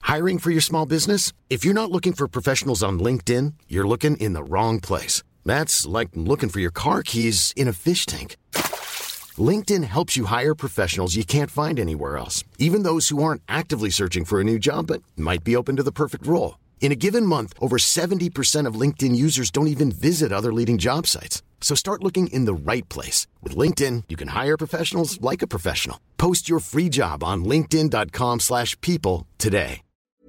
Hiring for your small business? If you're not looking for professionals on LinkedIn, you're looking in the wrong place. That's like looking for your car keys in a fish tank. LinkedIn helps you hire professionals you can't find anywhere else, even those who aren't actively searching for a new job but might be open to the perfect role. In a given month, over 70% of LinkedIn users don't even visit other leading job sites. So start looking in the right place. With LinkedIn, you can hire professionals like a professional. Post your free job on linkedin.com/people today.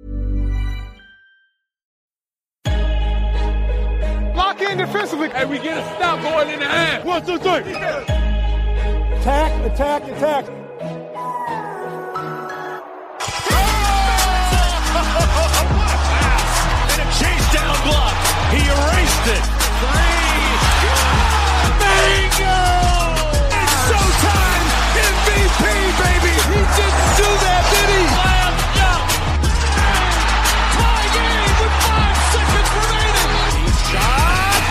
Lock in defensively. And we get a stop going in the half. 1, 2, 3. Attack, attack, attack. And a chase down block. He erased it. 3. Bingo! It's showtime! MVP, baby! He didn't do that, did he? Slam dunk! Tie game with 5 seconds remaining. He shot!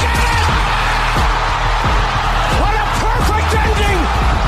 What a perfect ending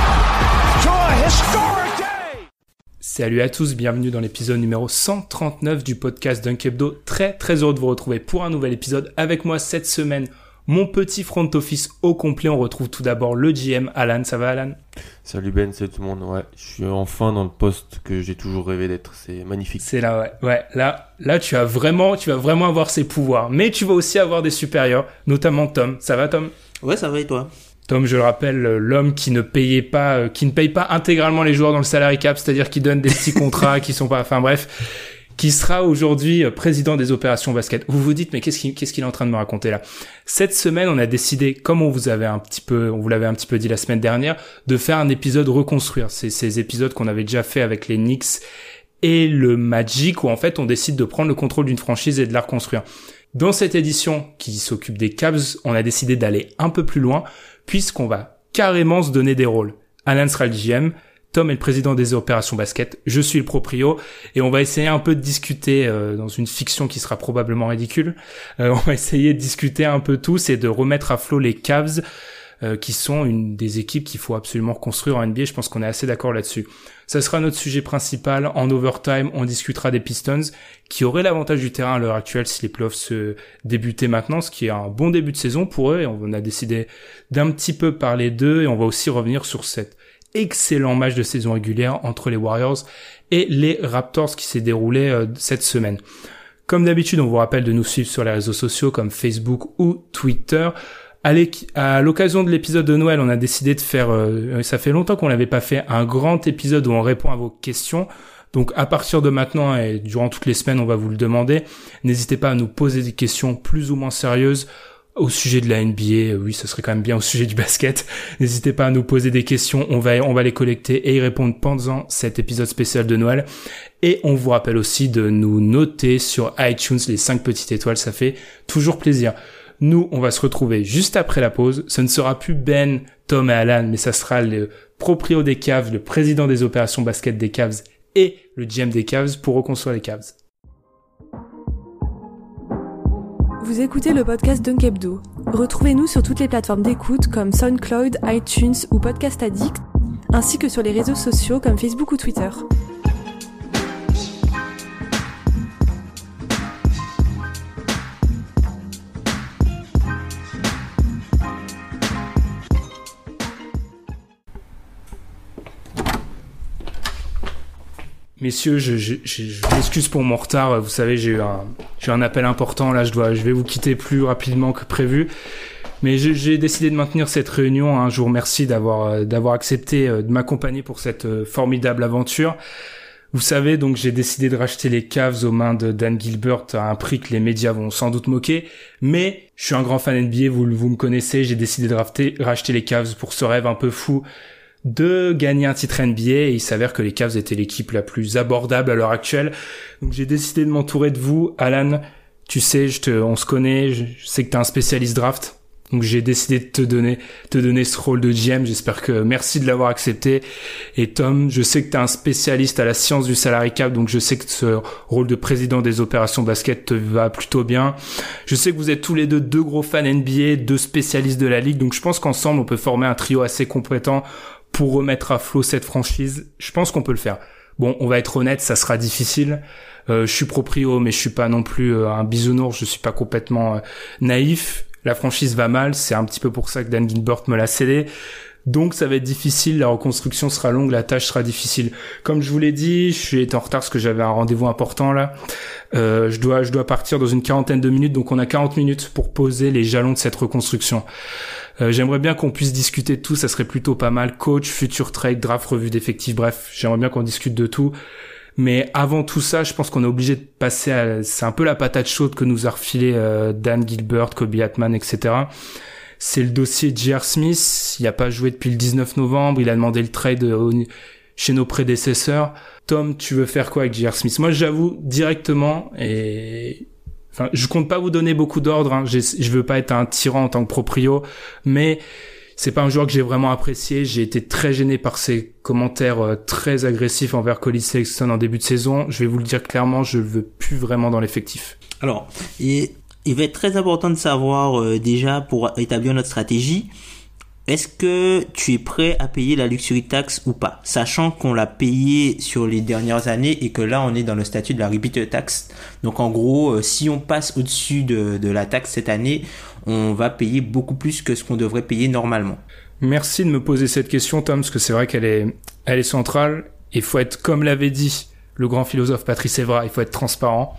to a historic day! Salut à tous, bienvenue dans l'épisode numéro 139 du podcast Dunk Hebdo. Très heureux de vous retrouver pour un nouvel épisode. Avec moi cette semaine, mon petit front office au complet. On retrouve tout d'abord le GM, Alan. Ça va, Alan? Salut Ben, salut tout le monde. Ouais, je suis enfin dans le poste que j'ai toujours rêvé d'être. C'est magnifique. C'est là, ouais. Là, tu vas vraiment avoir ses pouvoirs. Mais tu vas aussi avoir des supérieurs, notamment Tom. Ça va, Tom? Ouais, ça va et toi? Tom, je le rappelle, l'homme qui ne paye pas intégralement les joueurs dans le salary cap, c'est-à-dire qui donne des petits contrats qui sont pas, enfin bref, qui sera aujourd'hui président des opérations basket. Vous vous dites, mais qu'est-ce qu'il est en train de me raconter là? Cette semaine, on a décidé, comme on vous l'avait un petit peu dit la semaine dernière, de faire un épisode reconstruire. C'est ces épisodes qu'on avait déjà fait avec les Knicks et le Magic, où en fait, on décide de prendre le contrôle d'une franchise et de la reconstruire. Dans cette édition qui s'occupe des Cavs, on a décidé d'aller un peu plus loin, puisqu'on va carrément se donner des rôles. Alan sera le GM, Tom est le président des opérations basket, je suis le proprio, et on va essayer un peu de discuter dans une fiction qui sera probablement ridicule. On va essayer de discuter un peu tous et de remettre à flot les Cavs, qui sont une des équipes qu'il faut absolument reconstruire en NBA. Je pense qu'on est assez d'accord là-dessus. Ça sera notre sujet principal. En overtime, on discutera des Pistons, qui auraient l'avantage du terrain à l'heure actuelle si les playoffs se débutaient maintenant, ce qui est un bon début de saison pour eux, et on a décidé d'un petit peu parler d'eux, et on va aussi revenir sur cet excellent match de saison régulière entre les Warriors et les Raptors qui s'est déroulé cette semaine. Comme d'habitude, on vous rappelle de nous suivre sur les réseaux sociaux comme Facebook ou Twitter. Allez, à l'occasion de l'épisode de Noël, on a décidé de faire, ça fait longtemps qu'on n'avait pas fait, un grand épisode où on répond à vos questions. Donc à partir de maintenant et durant toutes les semaines, on va vous le demander. N'hésitez pas à nous poser des questions plus ou moins sérieuses au sujet de la NBA. Oui, ce serait quand même bien au sujet du basket. N'hésitez pas à nous poser des questions. On va les collecter et y répondre pendant cet épisode spécial de Noël. Et on vous rappelle aussi de nous noter sur iTunes les 5 petites étoiles. Ça fait toujours plaisir. Nous, on va se retrouver juste après la pause. Ce ne sera plus Ben, Tom et Alan, mais ça sera le proprio des Cavs, le président des opérations basket des Cavs et le GM des Cavs pour reconstruire les Cavs. Vous écoutez le podcast Dunk Hebdo. Retrouvez-nous sur toutes les plateformes d'écoute comme SoundCloud, iTunes ou Podcast Addict, ainsi que sur les réseaux sociaux comme Facebook ou Twitter. Messieurs, je m'excuse pour mon retard. Vous savez, j'ai eu un appel important. Là, je vais vous quitter plus rapidement que prévu. Mais j'ai décidé de maintenir cette réunion. Je vous remercie d'avoir accepté de m'accompagner pour cette formidable aventure. Vous savez, donc, j'ai décidé de racheter les Cavs aux mains de Dan Gilbert à un prix que les médias vont sans doute moquer. Mais je suis un grand fan NBA, vous me connaissez. J'ai décidé de racheter les Cavs pour ce rêve un peu fou de gagner un titre NBA, et il s'avère que les Cavs étaient l'équipe la plus abordable à l'heure actuelle. Donc j'ai décidé de m'entourer de vous. Alan, tu sais, on se connaît, je sais que t'es un spécialiste draft. Donc j'ai décidé de te donner ce rôle de GM. J'espère que merci de l'avoir accepté. Et Tom, je sais que t'es un spécialiste à la science du salary cap, donc je sais que ce rôle de président des opérations basket te va plutôt bien. Je sais que vous êtes tous les deux gros fans NBA, 2 spécialistes de la ligue, donc je pense qu'ensemble on peut former un trio assez compétent pour remettre à flot cette franchise. Je pense qu'on peut le faire. Bon, on va être honnête, ça sera difficile. Je suis proprio, mais je suis pas non plus un bisounours, je suis pas complètement naïf. La franchise va mal, c'est un petit peu pour ça que Dan Gilbert me l'a cédé. Donc ça va être difficile, la reconstruction sera longue, la tâche sera difficile. Comme je vous l'ai dit, je suis été en retard parce que j'avais un rendez-vous important là. Je dois partir dans une 40aine de minutes, donc on a 40 minutes pour poser les jalons de cette reconstruction. J'aimerais bien qu'on puisse discuter de tout, ça serait plutôt pas mal. Coach, futur trade, draft, revue d'effectifs, bref, j'aimerais bien qu'on discute de tout. Mais avant tout ça, je pense qu'on est obligé de passer c'est un peu la patate chaude que nous a refilé Dan Gilbert, Kobe Atman, etc. C'est le dossier J.R. Smith. Il a pas joué depuis le 19 novembre. Il a demandé le trade chez nos prédécesseurs. Tom, tu veux faire quoi avec J.R. Smith? Moi, j'avoue directement, enfin, je compte pas vous donner beaucoup d'ordres, hein. Je veux pas être un tyran en tant que proprio, mais c'est pas un joueur que j'ai vraiment apprécié. J'ai été très gêné par ses commentaires très agressifs envers Colin Sexton en début de saison. Je vais vous le dire clairement, je le veux plus vraiment dans l'effectif. Alors, il va être très important de savoir déjà pour établir notre stratégie, est-ce que tu es prêt à payer la luxury tax ou pas, sachant qu'on l'a payé sur les dernières années et que là on est dans le statut de la repeater tax. Donc en gros, si on passe au-dessus de la taxe cette année, on va payer beaucoup plus que ce qu'on devrait payer normalement. Merci de me poser cette question, Tom, parce que c'est vrai qu'elle est centrale. Il faut être, comme l'avait dit le grand philosophe Patrice Evra, il faut être transparent.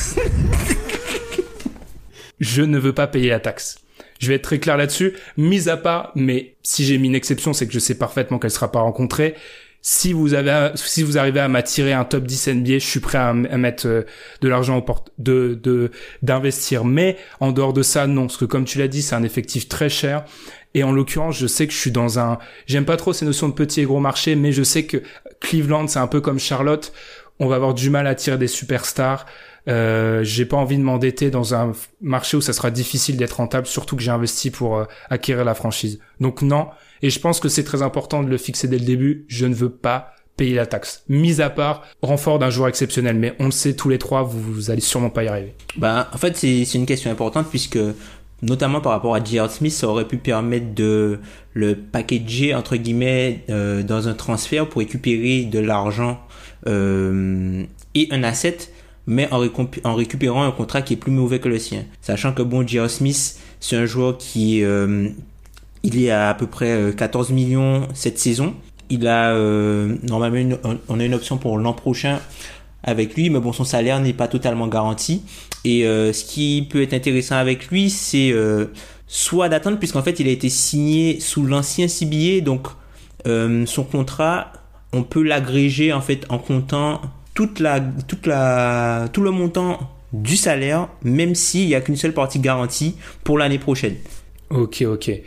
Je ne veux pas payer la taxe. Je vais être très clair là-dessus, mis à part, mais si j'ai mis une exception, c'est que je sais parfaitement qu'elle sera pas rencontrée. Si vous arrivez à m'attirer un top 10 NBA, je suis prêt à mettre de l'argent d'investir. Mais en dehors de ça, non, parce que comme tu l'as dit, c'est un effectif très cher. Et en l'occurrence, je sais que je suis j'aime pas trop ces notions de petit et gros marché, mais je sais que Cleveland, c'est un peu comme Charlotte. On va avoir du mal à attirer des superstars. J'ai pas envie de m'endetter dans un marché où ça sera difficile d'être rentable, surtout que j'ai investi pour acquérir la franchise. Donc non, et je pense que c'est très important de le fixer dès le début, je ne veux pas payer la taxe. Mis à part renfort d'un joueur exceptionnel, mais on le sait tous les trois, vous allez sûrement pas y arriver. En fait, c'est une question importante puisque notamment par rapport à J.R. Smith, ça aurait pu permettre de le packager entre guillemets dans un transfert pour récupérer de l'argent et un asset, mais en récupérant un contrat qui est plus mauvais que le sien. Sachant que J.R. Smith, c'est un joueur qui il est à peu près 14 millions cette saison. Il a normalement on a une option pour l'an prochain avec lui, mais son salaire n'est pas totalement garanti. Et ce qui peut être intéressant avec lui, c'est soit d'attendre, puisqu'en fait il a été signé sous l'ancien CBA, donc son contrat, on peut l'agréger en fait en comptant tout le montant du salaire, même s'il y a qu'une seule partie garantie pour l'année prochaine. Ok.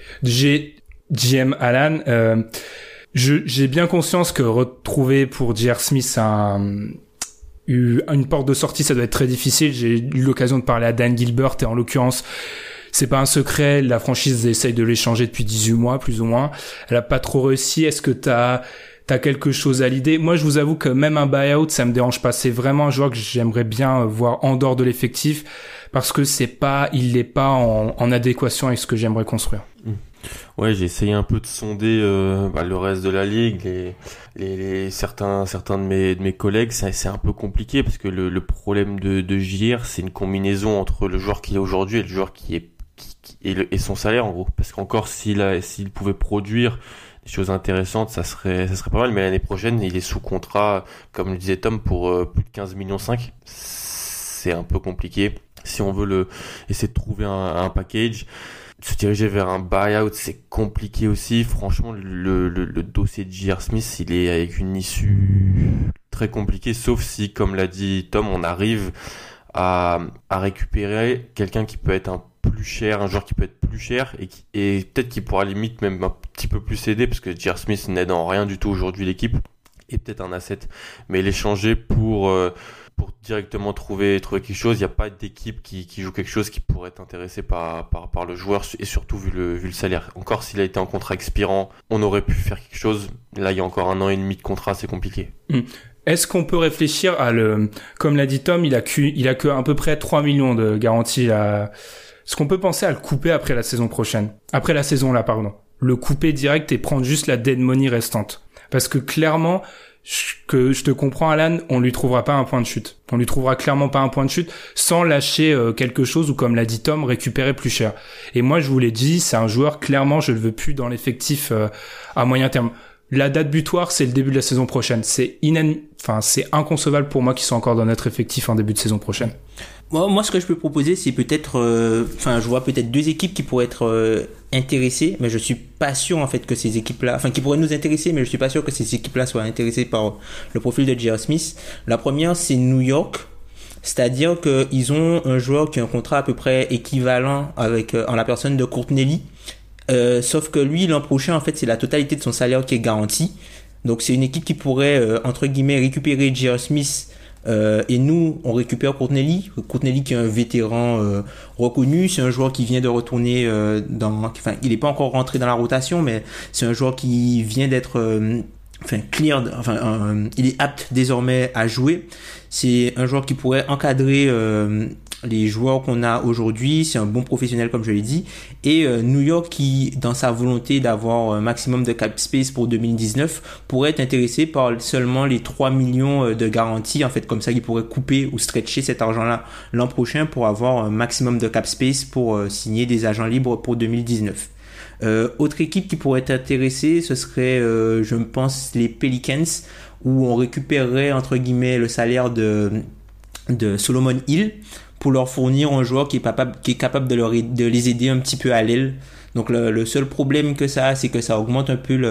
GM Alan, j'ai bien conscience que retrouver pour J.R. Smith une porte de sortie, ça doit être très difficile. J'ai eu l'occasion de parler à Dan Gilbert et en l'occurrence, c'est pas un secret, la franchise essaye de l'échanger depuis 18 mois, plus ou moins. Elle a pas trop réussi. Est-ce que t'as quelque chose à l'idée? Moi, je vous avoue que même un buyout, ça me dérange pas. C'est vraiment un joueur que j'aimerais bien voir en dehors de l'effectif parce que il est pas en adéquation avec ce que j'aimerais construire. Ouais, j'ai essayé un peu de sonder le reste de la ligue, certains de mes collègues. C'est un peu compliqué parce que le problème de JR, c'est une combinaison entre le joueur qui est aujourd'hui et le joueur et son salaire en gros. Parce qu'encore s'il pouvait produire des choses intéressantes, ça serait pas mal. Mais l'année prochaine, il est sous contrat, comme le disait Tom, pour plus de 15,5 millions. C'est un peu compliqué. Si on veut essayer de trouver un package, se diriger vers un buyout, c'est compliqué aussi. Franchement, le dossier de J.R. Smith, il est avec une issue très compliquée, sauf si, comme l'a dit Tom, on arrive à récupérer quelqu'un qui peut être un joueur qui peut être plus cher et peut-être qui pourra limite même un petit peu plus aider, parce que J.R. Smith n'aide en rien du tout aujourd'hui l'équipe, et peut-être un asset, mais l'échanger pour directement trouver quelque chose. Il n'y a pas d'équipe qui joue quelque chose qui pourrait être intéressée par le joueur, et surtout vu le salaire. Encore s'il a été en contrat expirant, on aurait pu faire quelque chose. Là, il y a encore 1 an et demi de contrat, c'est compliqué. Est-ce qu'on peut réfléchir comme l'a dit Tom, il a que à peu près 3 millions de garanties là. Est-ce qu'on peut penser à le couper après la saison prochaine? Après la saison là, pardon. Le couper direct et prendre juste la dead money restante. Parce que clairement, je te comprends, Alan, on lui trouvera pas un point de chute. On lui trouvera clairement pas un point de chute sans lâcher quelque chose ou, comme l'a dit Tom, récupérer plus cher. Et moi, je vous l'ai dit, c'est un joueur, clairement, je le veux plus dans l'effectif à moyen terme. La date butoir, c'est le début de la saison prochaine. C'est inconcevable pour moi qu'ils soient encore dans notre effectif en début de saison prochaine. Moi, ce que je peux proposer, c'est peut-être, je vois peut-être 2 équipes qui pourraient être intéressées, mais je suis pas sûr en fait que ces équipes-là, qui pourraient nous intéresser, mais je suis pas sûr que ces équipes-là soient intéressées par le profil de J.R. Smith. La première, c'est New York, c'est-à-dire que ils ont un joueur qui a un contrat à peu près équivalent avec en la personne de Courtney Lee, sauf que lui, l'an prochain, en fait, c'est la totalité de son salaire qui est garantie. Donc, c'est une équipe qui pourrait entre guillemets récupérer J.R. Smith. Et nous, on récupère Courtney Lee qui est un vétéran reconnu. C'est un joueur qui vient de retourner il n'est pas encore rentré dans la rotation, mais c'est un joueur qui vient d'être cleared. Il est apte désormais à jouer. C'est un joueur qui pourrait encadrer les joueurs qu'on a aujourd'hui. C'est un bon professionnel, comme je l'ai dit. Et New York, qui, dans sa volonté d'avoir un maximum de cap space pour 2019, pourrait être intéressé par seulement les 3 millions de garanties. En fait, comme ça, il pourrait couper ou stretcher cet argent-là l'an prochain pour avoir un maximum de cap space pour signer des agents libres pour 2019. Autre équipe qui pourrait être intéressée, ce serait, je pense, les Pelicans, où on récupérerait, entre guillemets, le salaire de Solomon Hill, pour leur fournir un joueur qui est capable de les aider un petit peu à l'aile. Donc le seul problème que ça a, c'est que ça augmente un peu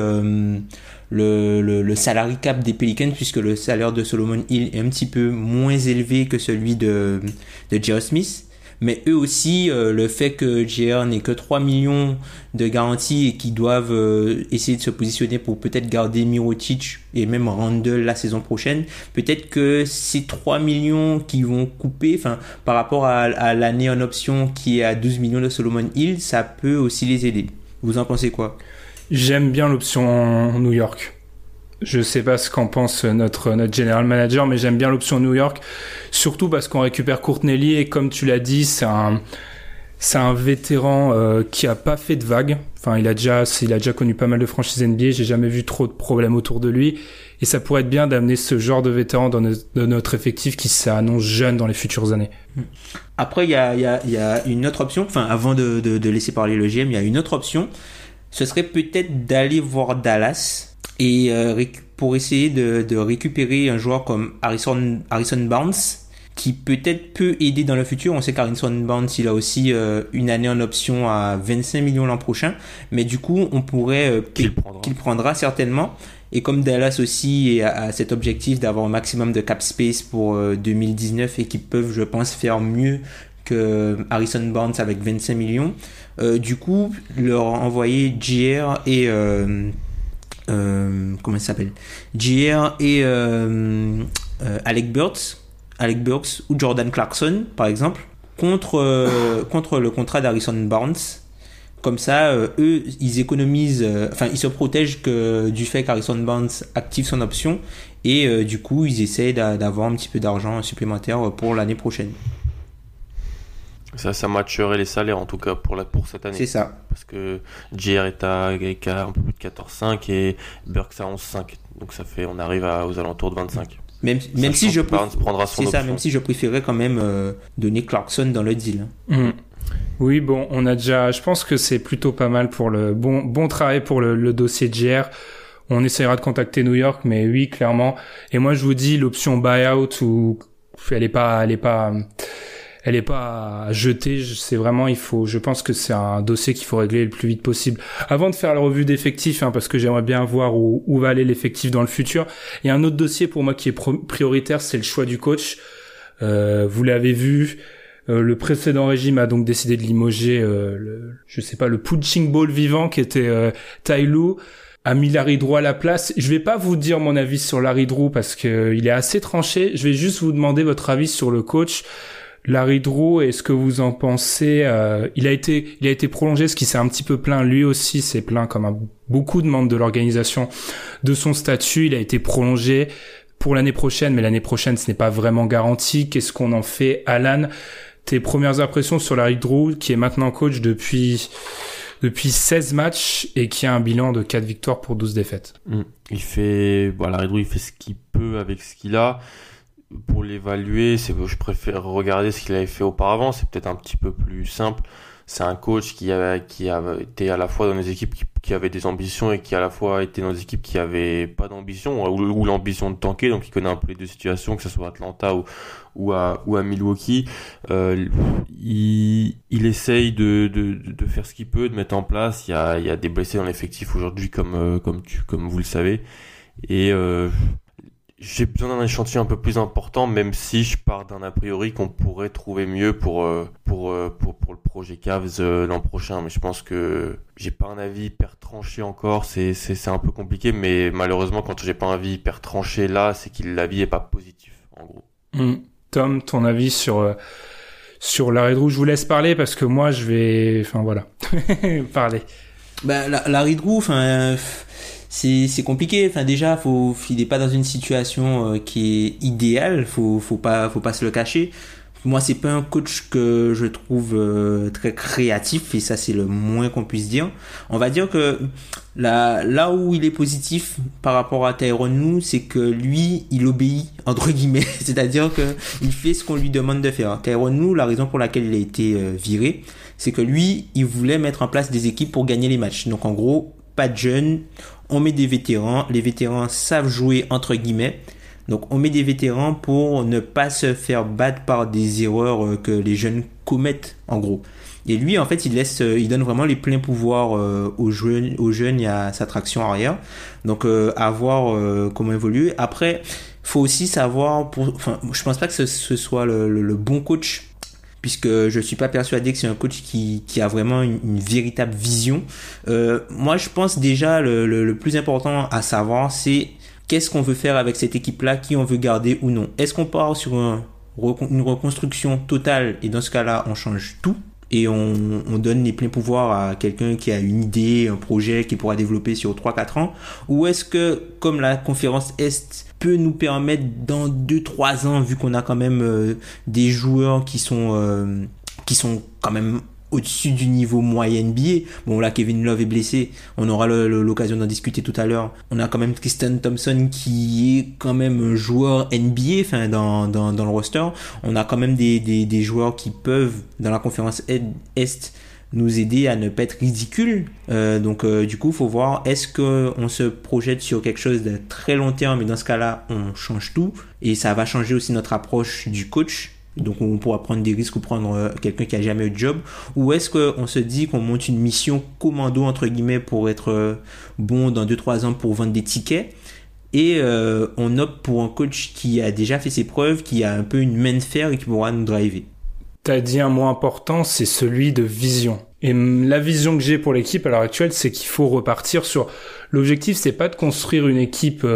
le salary cap des Pelicans, puisque le salaire de Solomon Hill est un petit peu moins élevé que celui de J.R. Smith. Mais eux aussi, le fait que J.R. n'ait que 3 millions de garanties et qu'ils doivent essayer de se positionner pour peut-être garder Mirotic et même Randle la saison prochaine, peut-être que ces 3 millions qui vont couper, par rapport à l'année en option qui est à 12 millions de Solomon Hill, ça peut aussi les aider. Vous en pensez quoi? J'aime bien l'option New York. Je sais pas ce qu'en pense notre general manager, mais j'aime bien l'option New York, surtout parce qu'on récupère Courtney Lee et, comme tu l'as dit, c'est un vétéran qui a pas fait de vagues. Il a déjà connu pas mal de franchises NBA. J'ai jamais vu trop de problèmes autour de lui, et ça pourrait être bien d'amener ce genre de vétéran dans notre effectif qui s'annonce jeune dans les futures années. Après, il y a une autre option. Avant de laisser parler le GM, il y a une autre option. Ce serait peut-être d'aller voir Dallas. Et pour essayer de récupérer un joueur comme Harrison Barnes, qui peut-être peut aider dans le futur. On sait qu'Harrison Barnes, il a aussi une année en option à 25 millions l'an prochain, mais du coup on pourrait qu'il prendra certainement. Et comme Dallas aussi a cet objectif d'avoir un maximum de cap space pour 2019 et qu'ils peuvent, je pense, faire mieux que Harrison Barnes avec 25 millions, du coup leur envoyer JR et comment il s'appelle, JR et Alec Burks ou Jordan Clarkson par exemple contre le contrat d'Harrison Barnes. Comme ça, eux, ils économisent, ils se protègent du fait qu'Harrison Barnes active son option, et du coup, ils essaient d'avoir un petit peu d'argent supplémentaire pour l'année prochaine. Ça matcherait les salaires en tout cas pour cette année. C'est ça. Parce que JR est à un peu plus de 14,5 et Burks à 11,5. Donc ça fait, on arrive aux alentours de 25. Même si je prendra son option. Même si je préférais quand même donner Clarkson dans le deal. Oui, bon, on a déjà, je pense que c'est plutôt pas mal pour le bon travail pour le dossier de JR. On essaiera de contacter New York, mais oui, clairement. Et moi, je vous dis, l'option buyout, où elle est pas à jeter. C'est vraiment, je pense que c'est un dossier qu'il faut régler le plus vite possible. Avant de faire la revue d'effectifs, parce que j'aimerais bien voir où va aller l'effectif dans le futur. Il y a un autre dossier pour moi qui est prioritaire, c'est le choix du coach. Vous l'avez vu. Le précédent régime a donc décidé de limoger le punching ball vivant qui était Ty Lue, a mis Larry Drew à la place. Je vais pas vous dire mon avis sur Larry Drew parce que il est assez tranché. Je vais juste vous demander votre avis sur le coach Larry Drew et ce que vous en pensez. Il a été prolongé, ce qui s'est un petit peu plaint. Lui aussi s'est plaint, comme beaucoup de membres de l'organisation, de son statut. Il a été prolongé pour l'année prochaine, mais l'année prochaine ce n'est pas vraiment garanti. Qu'est-ce qu'on en fait, Alan? Tes premières impressions sur Larry Drew, qui est maintenant coach depuis depuis 16 matchs et qui a un bilan de 4 victoires pour 12 défaites. Larry Drew, il fait ce qu'il peut avec ce qu'il a. Pour l'évaluer, je préfère regarder ce qu'il avait fait auparavant. C'est peut-être un petit peu plus simple. C'est un coach qui avait été à la fois dans des équipes qui avaient des ambitions et qui à la fois été dans des équipes qui avaient pas d'ambition ou l'ambition de tanker. Donc il connaît un peu les deux situations, que ce soit à Atlanta ou à Milwaukee. Il essaye de faire ce qu'il peut, de mettre en place. Il y a des blessés dans l'effectif aujourd'hui comme vous le savez. Et j'ai besoin d'un échantillon un peu plus important, même si je pars d'un a priori qu'on pourrait trouver mieux pour le projet Cavs l'an prochain. Mais je pense que j'ai pas un avis hyper tranché encore. C'est un peu compliqué, mais malheureusement, quand j'ai pas un avis hyper tranché là, c'est que l'avis est pas positif, en gros. Tom, ton avis sur Larry Drew? Je vous laisse parler parce que moi, je vais, parler. Larry Drew, c'est compliqué. Déjà, il est pas dans une situation qui est idéale. Faut pas se le cacher. Moi, c'est pas un coach que je trouve très créatif, et ça, c'est le moins qu'on puisse dire. On va dire que là où il est positif par rapport à Tyronn Lue, c'est que lui, il obéit, entre guillemets. C'est-à-dire que il fait ce qu'on lui demande de faire. Tyronn Lue, la raison pour laquelle il a été viré, c'est que lui, il voulait mettre en place des équipes pour gagner les matchs. Donc, en gros, pas de jeunes, on met des vétérans. Les vétérans savent jouer, entre guillemets. Donc, on met des vétérans pour ne pas se faire battre par des erreurs que les jeunes commettent, en gros. Et lui, en fait, il donne vraiment les pleins pouvoirs aux jeunes et à sa traction arrière. Donc, à voir comment évoluer. Après, faut aussi savoir, je pense pas que ce soit le bon coach, puisque je suis pas persuadé que c'est un coach qui a vraiment une véritable vision. Moi, je pense déjà le plus important à savoir, c'est qu'est-ce qu'on veut faire avec cette équipe-là, qui on veut garder ou non. Est-ce qu'on part sur une reconstruction totale, et dans ce cas-là, on change tout et on donne les pleins pouvoirs à quelqu'un qui a une idée, un projet qui pourra développer sur 3-4 ans, ou est-ce que, comme la conférence Est peut nous permettre dans 2-3 ans, vu qu'on a quand même des joueurs qui sont quand même au-dessus du niveau moyen NBA. Bon, là, Kevin Love est blessé. On aura l'occasion d'en discuter tout à l'heure. On a quand même Tristan Thompson qui est quand même un joueur NBA, dans le roster. On a quand même des joueurs qui peuvent, dans la conférence Est, nous aider à ne pas être ridicules. Donc, du coup, faut voir, est-ce qu'on se projette sur quelque chose de très long terme, et dans ce cas-là, on change tout. Et ça va changer aussi notre approche du coach. Donc on pourra prendre des risques ou prendre quelqu'un qui a jamais eu de job, ou est-ce qu'on se dit qu'on monte une mission commando entre guillemets pour être bon dans 2-3 ans pour vendre des tickets, et on opte pour un coach qui a déjà fait ses preuves, qui a un peu une main de fer et qui pourra nous driver. T'as dit un mot important, c'est celui de vision. Et la vision que j'ai pour l'équipe à l'heure actuelle, c'est qu'il faut repartir sur l'objectif. C'est pas de construire une équipe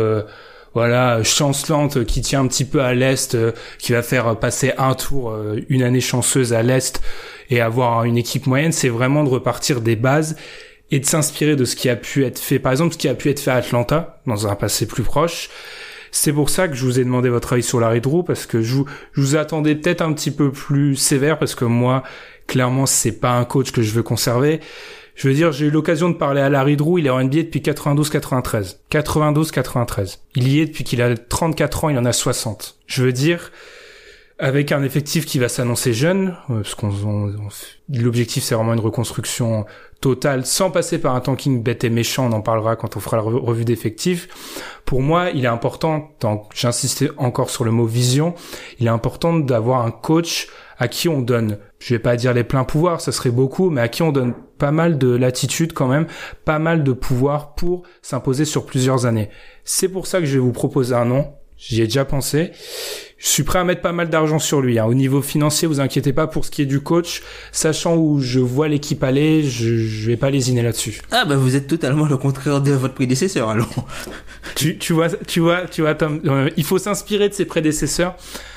chancelante qui tient un petit peu à l'Est, qui va faire passer un tour, une année chanceuse à l'Est et avoir une équipe moyenne. C'est vraiment de repartir des bases et de s'inspirer de ce qui a pu être fait. Par exemple, ce qui a pu être fait à Atlanta dans un passé plus proche. C'est pour ça que je vous ai demandé votre avis sur Larry Drew, parce que je vous attendais peut-être un petit peu plus sévère, parce que moi, clairement, c'est pas un coach que je veux conserver. Je veux dire, j'ai eu l'occasion de parler à Larry Drew, il est en NBA depuis 92-93. 92-93. Il y est depuis qu'il a 34 ans, il en a 60. Je veux dire, avec un effectif qui va s'annoncer jeune, parce l'objectif c'est vraiment une reconstruction totale, sans passer par un tanking bête et méchant, on en parlera quand on fera la revue d'effectifs. Pour moi, il est important, j'insiste encore sur le mot vision, il est important d'avoir un coach à qui on donne, je vais pas dire les pleins pouvoirs, ça serait beaucoup, mais à qui on donne pas mal de latitude quand même, pas mal de pouvoir pour s'imposer sur plusieurs années. C'est pour ça que je vais vous proposer un nom, j'y ai déjà pensé. Je suis prêt à mettre pas mal d'argent sur lui. Au niveau financier, vous inquiétez pas pour ce qui est du coach. Sachant où je vois l'équipe aller, je vais pas lésiner là-dessus. Ah bah vous êtes totalement le contraire de votre prédécesseur alors. Tu vois Tom, il faut s'inspirer de ses prédécesseurs.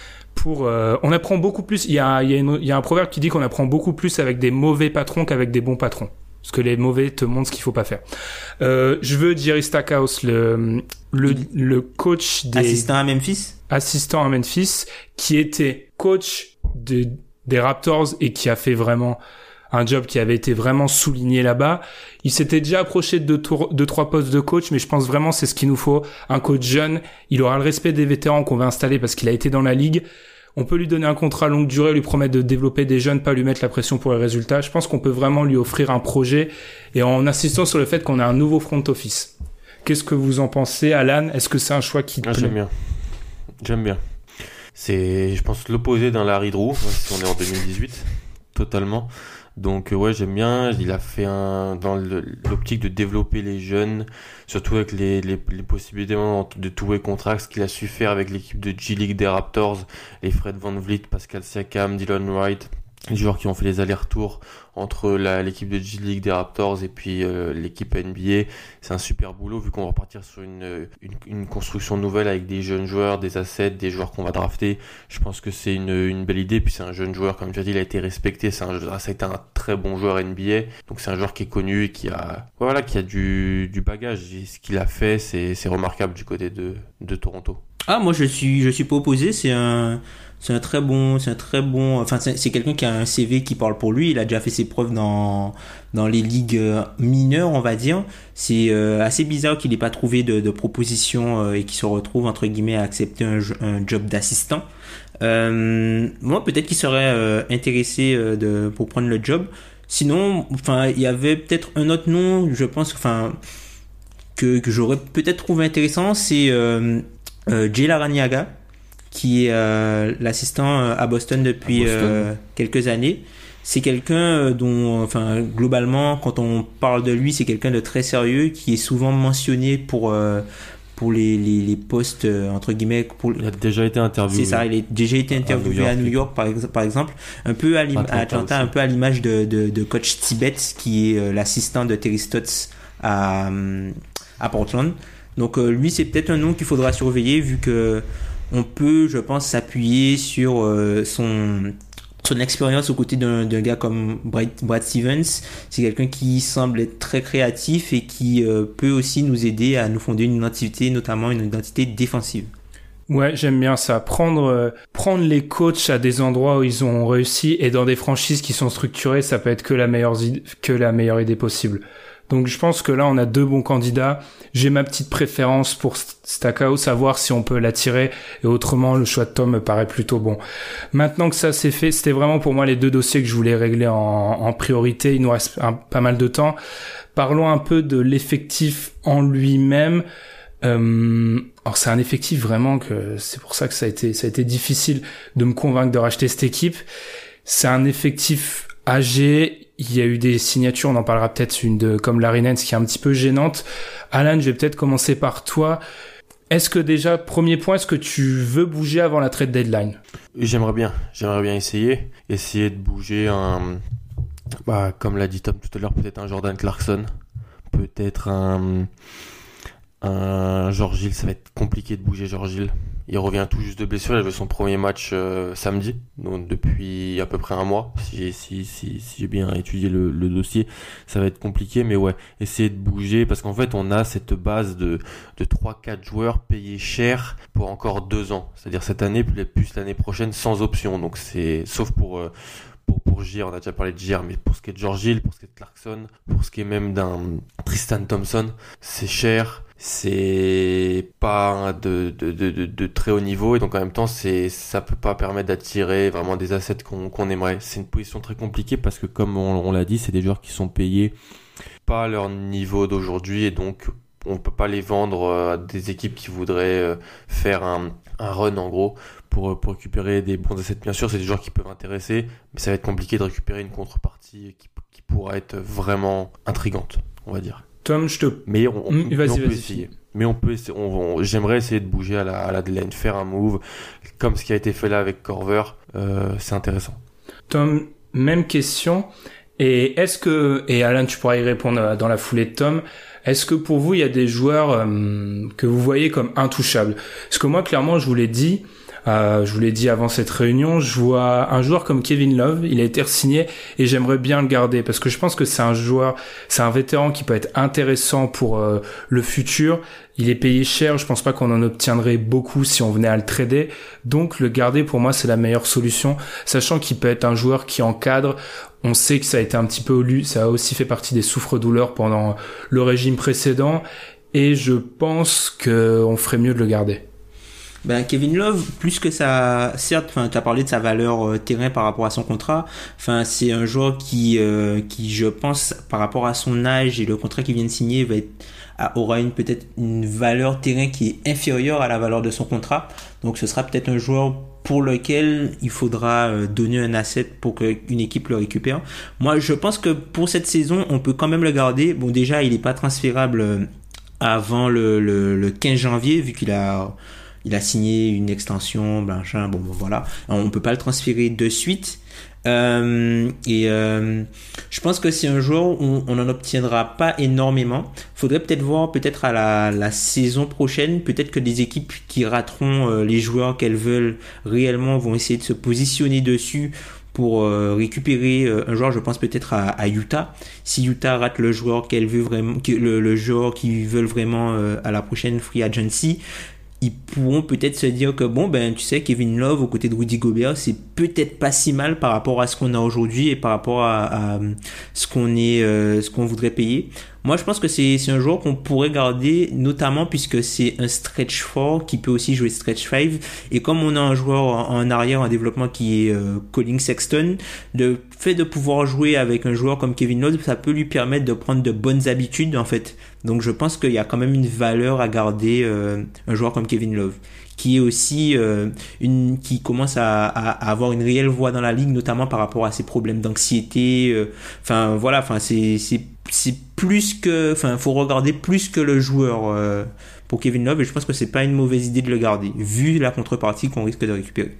On apprend beaucoup plus. Il y a un proverbe qui dit qu'on apprend beaucoup plus avec des mauvais patrons qu'avec des bons patrons. Parce que les mauvais te montrent ce qu'il faut pas faire. Je veux Jerry Stackhouse, le coach des... Assistant à Memphis, qui était coach des Raptors et qui a fait vraiment un job qui avait été vraiment souligné là-bas. Il s'était déjà approché de 2-3 postes de coach, mais je pense vraiment c'est ce qu'il nous faut. Un coach jeune, il aura le respect des vétérans qu'on va installer parce qu'il a été dans la ligue. On peut lui donner un contrat longue durée, lui promettre de développer des jeunes, pas lui mettre la pression pour les résultats. Je pense qu'on peut vraiment lui offrir un projet et en insistant sur le fait qu'on a un nouveau front office. Qu'est-ce que vous en pensez, Alan? Est-ce que c'est un choix qui te plaît? J'aime bien. C'est, je pense, l'opposé d'un Larry Drew, si on est en 2018, totalement. Donc ouais, j'aime bien. Il a fait dans l'optique de développer les jeunes, surtout avec les possibilités de two-way contracts qu'il a su faire avec l'équipe de G-League des Raptors, les Fred VanVleet, Pascal Siakam, Dylan Wright, les joueurs qui ont fait les allers-retours entre l'équipe de G-League des Raptors et puis l'équipe NBA. C'est un super boulot vu qu'on va repartir sur une construction nouvelle avec des jeunes joueurs, des assets, des joueurs qu'on va drafter. Je pense que c'est une belle idée. Puis c'est un jeune joueur, comme tu as dit, il a été respecté. Ça a été un très bon joueur NBA. Donc c'est un joueur qui est connu et qui a du bagage. Et ce qu'il a fait, c'est remarquable du côté de Toronto. Ah, moi je suis pas opposé. C'est quelqu'un qui a un CV qui parle pour lui. Il a déjà fait ses preuves dans les ligues mineures, on va dire. C'est assez bizarre qu'il ait pas trouvé de proposition et qu'il se retrouve entre guillemets à accepter un job d'assistant. Moi, peut-être qu'il serait intéressé pour prendre le job. Sinon, enfin, il y avait peut-être un autre nom, je pense, enfin, que j'aurais peut-être trouvé intéressant, c'est Jay Larranaga, qui est l'assistant à Boston depuis quelques années. C'est quelqu'un dont, enfin, globalement, quand on parle de lui, c'est quelqu'un de très sérieux, qui est souvent mentionné pour les postes, entre guillemets. Il a déjà été interviewé. C'est ça, il a déjà été interviewé à New York, par exemple. Un peu à Atlanta, un peu à l'image de coach Tibet, qui est l'assistant de Terry Stotts à Portland. Donc, lui, c'est peut-être un nom qu'il faudra surveiller, vu que on peut, je pense, s'appuyer sur son expérience aux côtés d'un gars comme Brad Stevens. C'est quelqu'un qui semble être très créatif et qui peut aussi nous aider à nous fonder une identité, notamment une identité défensive. Ouais, j'aime bien ça. Prendre les coachs à des endroits où ils ont réussi et dans des franchises qui sont structurées, ça peut être que la meilleure idée possible. Donc je pense que là on a deux bons candidats. J'ai ma petite préférence pour Stackhouse, à voir si on peut l'attirer, et autrement le choix de Tom me paraît plutôt bon. Maintenant que ça c'est fait, c'était vraiment pour moi les deux dossiers que je voulais régler en priorité. Il nous reste pas mal de temps. Parlons un peu de l'effectif en lui-même. Alors c'est un effectif vraiment que c'est pour ça que ça a été difficile de me convaincre de racheter cette équipe. C'est un effectif âgé. Il y a eu des signatures, on en parlera peut-être comme Larry Nance qui est un petit peu gênante. Alan, je vais peut-être commencer par toi. Est-ce que déjà, premier point, est-ce que tu veux bouger avant la trade deadline? J'aimerais bien essayer de bouger comme l'a dit Tom tout à l'heure, peut-être un Jordan Clarkson, peut-être un George Hill. Ça va être compliqué de bouger George Hill. Il revient tout juste de blessure, il a joué son premier match samedi, donc depuis à peu près un mois, si j'ai bien étudié le dossier. Ça va être compliqué, mais ouais, essayer de bouger, parce qu'en fait on a cette base de 3-4 joueurs payés cher pour encore 2 ans, c'est-à-dire cette année plus l'année prochaine sans option. Donc c'est, sauf pour J.R., on a déjà parlé de J.R., mais pour ce qui est de George Hill, pour ce qui est de Clarkson, pour ce qui est même d'un Tristan Thompson, c'est cher, c'est pas de très haut niveau, et donc en même temps ça peut pas permettre d'attirer vraiment des assets qu'on aimerait. C'est une position très compliquée parce que, comme on l'a dit, c'est des joueurs qui sont payés pas à leur niveau d'aujourd'hui, et donc on peut pas les vendre à des équipes qui voudraient faire un run en gros pour récupérer des bons assets. Bien sûr, c'est des joueurs qui peuvent intéresser, mais ça va être compliqué de récupérer une contrepartie qui pourra être vraiment intrigante, on va dire. Tom, Mais on peut essayer. Mais j'aimerais essayer de bouger à la deadline, faire un move comme ce qui a été fait là avec Korver. C'est intéressant. Tom, même question. Et Alan, tu pourras y répondre dans la foulée de Tom. Est-ce que pour vous, il y a des joueurs que vous voyez comme intouchables? Parce que moi, clairement, je vous l'ai dit, Je vous l'ai dit avant cette réunion, je vois un joueur comme Kevin Love, il a été re-signé et j'aimerais bien le garder parce que je pense que c'est un vétéran qui peut être intéressant pour le futur. Il est payé cher, je pense pas qu'on en obtiendrait beaucoup si on venait à le trader. Donc le garder pour moi c'est la meilleure solution, sachant qu'il peut être un joueur qui encadre. On sait que ça a été un petit peu ça a aussi fait partie des souffres-douleurs pendant le régime précédent et je pense qu'on ferait mieux de le garder. Ben Kevin Love, plus que ça, certes, tu as parlé de sa valeur terrain par rapport à son contrat. C'est un joueur qui je pense par rapport à son âge et le contrat qu'il vient de signer aura peut-être une valeur terrain qui est inférieure à la valeur de son contrat. Donc ce sera peut-être un joueur pour lequel il faudra donner un asset pour qu'une équipe le récupère. Moi, je pense que pour cette saison, on peut quand même le garder. Bon, déjà, il est pas transférable avant le 15 janvier vu qu'il a signé une extension, voilà. On peut pas le transférer de suite. Je pense que c'est un joueur où on n'en obtiendra pas énormément. Faudrait peut-être voir à la saison prochaine, peut-être que des équipes qui rateront les joueurs qu'elles veulent réellement vont essayer de se positionner dessus pour récupérer un joueur. Je pense peut-être à Utah. Si Utah rate le joueur qu'elle veut vraiment, le joueur qu'ils veulent vraiment à la prochaine free agency, ils pourront peut-être se dire que tu sais, Kevin Love aux côtés de Rudy Gobert, c'est peut-être pas si mal par rapport à ce qu'on a aujourd'hui et par rapport à ce qu'on voudrait payer. Moi, je pense que c'est un joueur qu'on pourrait garder, notamment puisque c'est un stretch 4 qui peut aussi jouer stretch 5. Et comme on a un joueur en arrière en développement qui est Colin Sexton, le fait de pouvoir jouer avec un joueur comme Kevin Love, ça peut lui permettre de prendre de bonnes habitudes, en fait. Donc, je pense qu'il y a quand même une valeur à garder un joueur comme Kevin Love, qui est aussi qui commence à avoir une réelle voix dans la ligue, notamment par rapport à ses problèmes d'anxiété. C'est plus que, faut regarder plus que le joueur pour Kevin Love, et je pense que c'est pas une mauvaise idée de le garder vu la contrepartie qu'on risque de récupérer.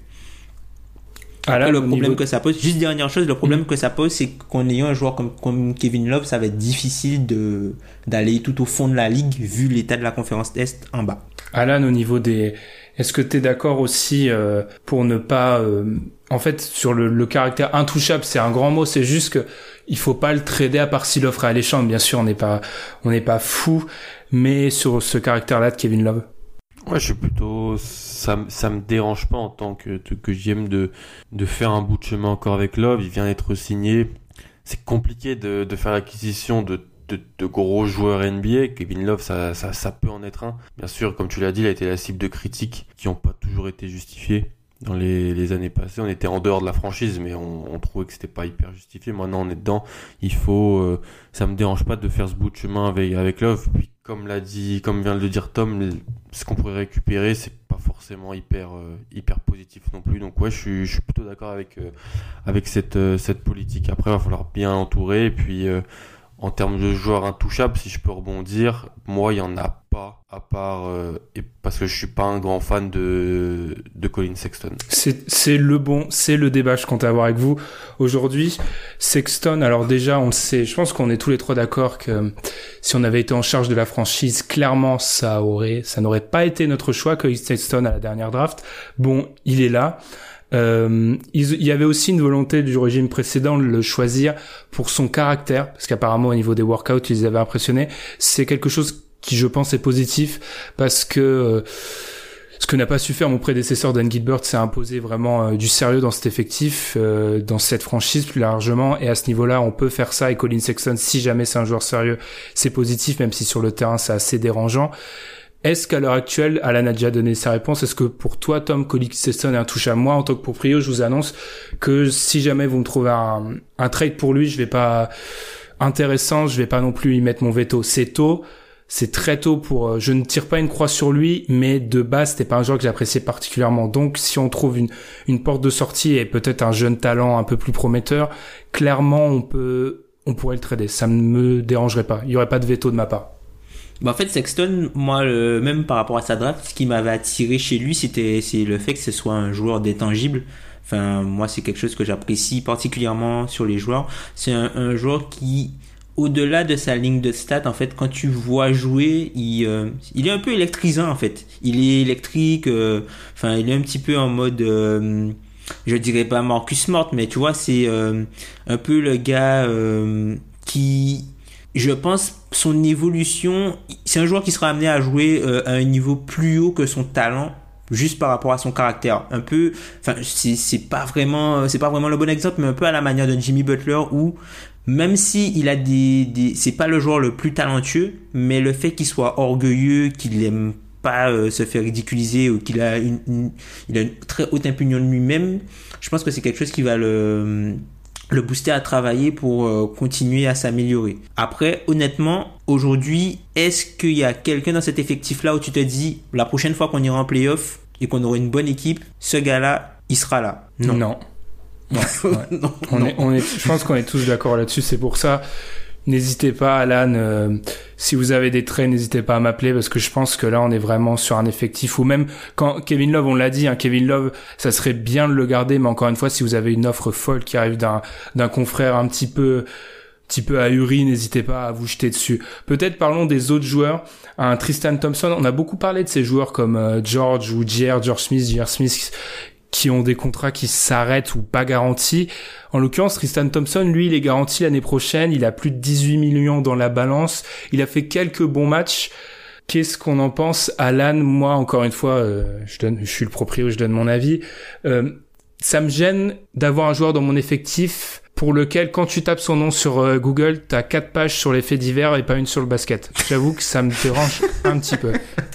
Après, le problème que ça pose, juste dernière chose, le problème que ça pose, c'est qu'en ayant un joueur comme Kevin Love, ça va être difficile d'aller tout au fond de la ligue vu l'état de la conférence Est en bas. Alan, au niveau est-ce que t'es d'accord aussi pour ne pas en fait sur le caractère intouchable, c'est un grand mot, c'est juste que il faut pas le trader à part si l'offre est alléchante. Bien sûr, on n'est pas fou, mais sur ce caractère-là de Kevin Love. Ouais, je suis plutôt, ça me dérange pas en tant que GM de faire un bout de chemin encore avec Love. Il vient d'être signé. C'est compliqué de faire l'acquisition de gros joueurs NBA. Kevin Love, ça peut en être un. Bien sûr, comme tu l'as dit, il a été la cible de critiques qui n'ont pas toujours été justifiées. Dans les années passées, on était en dehors de la franchise, mais on trouvait que c'était pas hyper justifié. Maintenant, on est dedans. Il faut, ça me dérange pas de faire ce bout de chemin avec Love. Puis, comme vient de le dire Tom, ce qu'on pourrait récupérer, c'est pas forcément hyper positif non plus. Donc ouais, je suis plutôt d'accord avec cette politique. Après, il va falloir bien entourer. Et puis, en termes de joueurs intouchables, si je peux rebondir, moi, il y en a pas, à part, parce que je suis pas un grand fan de Colin Sexton. C'est le débat que je comptais avoir avec vous aujourd'hui. Sexton, alors déjà, on le sait, je pense qu'on est tous les trois d'accord que si on avait été en charge de la franchise, clairement, ça n'aurait pas été notre choix, Colin Sexton à la dernière draft. Bon, il est là. Il y avait aussi une volonté du régime précédent de le choisir pour son caractère, parce qu'apparemment au niveau des workouts ils les avaient impressionnés. C'est quelque chose qui je pense est positif, parce que ce que n'a pas su faire mon prédécesseur Dan Gilbert, c'est imposer vraiment du sérieux dans cet effectif, dans cette franchise plus largement, et à ce niveau-là on peut faire ça. Et Colin Sexton, si jamais c'est un joueur sérieux, c'est positif, même si sur le terrain c'est assez dérangeant. Est-ce qu'à l'heure actuelle, Alan a déjà donné sa réponse, est-ce que pour toi, Tom, Colin Sexton est intouchable? Moi, en tant que proprio, je vous annonce que si jamais vous me trouvez un trade pour lui, je vais pas non plus y mettre mon veto. C'est tôt, c'est très tôt pour, je ne tire pas une croix sur lui, mais de base, c'était pas un joueur que j'appréciais particulièrement. Donc, si on trouve une porte de sortie et peut-être un jeune talent un peu plus prometteur, clairement, on pourrait le trader. Ça ne me dérangerait pas. Il y aurait pas de veto de ma part. En fait, Sexton, moi, même par rapport à sa draft, ce qui m'avait attiré chez lui, c'est le fait que ce soit un joueur d'intangible. Moi, c'est quelque chose que j'apprécie particulièrement sur les joueurs. C'est un joueur qui, au-delà de sa ligne de stats, en fait, quand tu vois jouer, il est un peu électrisant, en fait. Il est électrique, il est un petit peu en mode, je dirais pas Marcus Smart, mais tu vois, c'est un peu le gars qui, je pense, son évolution, c'est un joueur qui sera amené à jouer à un niveau plus haut que son talent, juste par rapport à son caractère. Un peu, c'est pas vraiment le bon exemple, mais un peu à la manière de Jimmy Butler, où même si il a c'est pas le joueur le plus talentueux, mais le fait qu'il soit orgueilleux, qu'il aime pas se faire ridiculiser, ou qu'il a il a une très haute opinion de lui-même, je pense que c'est quelque chose qui va le booster à travailler pour continuer à s'améliorer. Après, honnêtement, aujourd'hui, est-ce qu'il y a quelqu'un dans cet effectif-là où tu te dis, la prochaine fois qu'on ira en playoff et qu'on aura une bonne équipe, ce gars-là, il sera là? Non. Ouais. Je pense qu'on est tous d'accord là-dessus. C'est pour ça, n'hésitez pas, Alan, si vous avez des traits, n'hésitez pas à m'appeler, parce que je pense que là, on est vraiment sur un effectif où même quand Kevin Love, on l'a dit, Kevin Love, ça serait bien de le garder, mais encore une fois, si vous avez une offre folle qui arrive d'un confrère un petit peu ahuri, n'hésitez pas à vous jeter dessus. Peut-être parlons des autres joueurs. Un Tristan Thompson, on a beaucoup parlé de ces joueurs comme George Smith, qui ont des contrats qui s'arrêtent ou pas garantis. En l'occurrence, Tristan Thompson, lui, il est garanti l'année prochaine. Il a plus de 18 millions dans la balance. Il a fait quelques bons matchs. Qu'est-ce qu'on en pense, Alan? Moi, encore une fois, je suis le proprio, je donne mon avis. Ça me gêne d'avoir un joueur dans mon effectif pour lequel, quand tu tapes son nom sur Google, t'as 4 pages sur les faits divers et pas une sur le basket. J'avoue que ça me dérange un petit peu.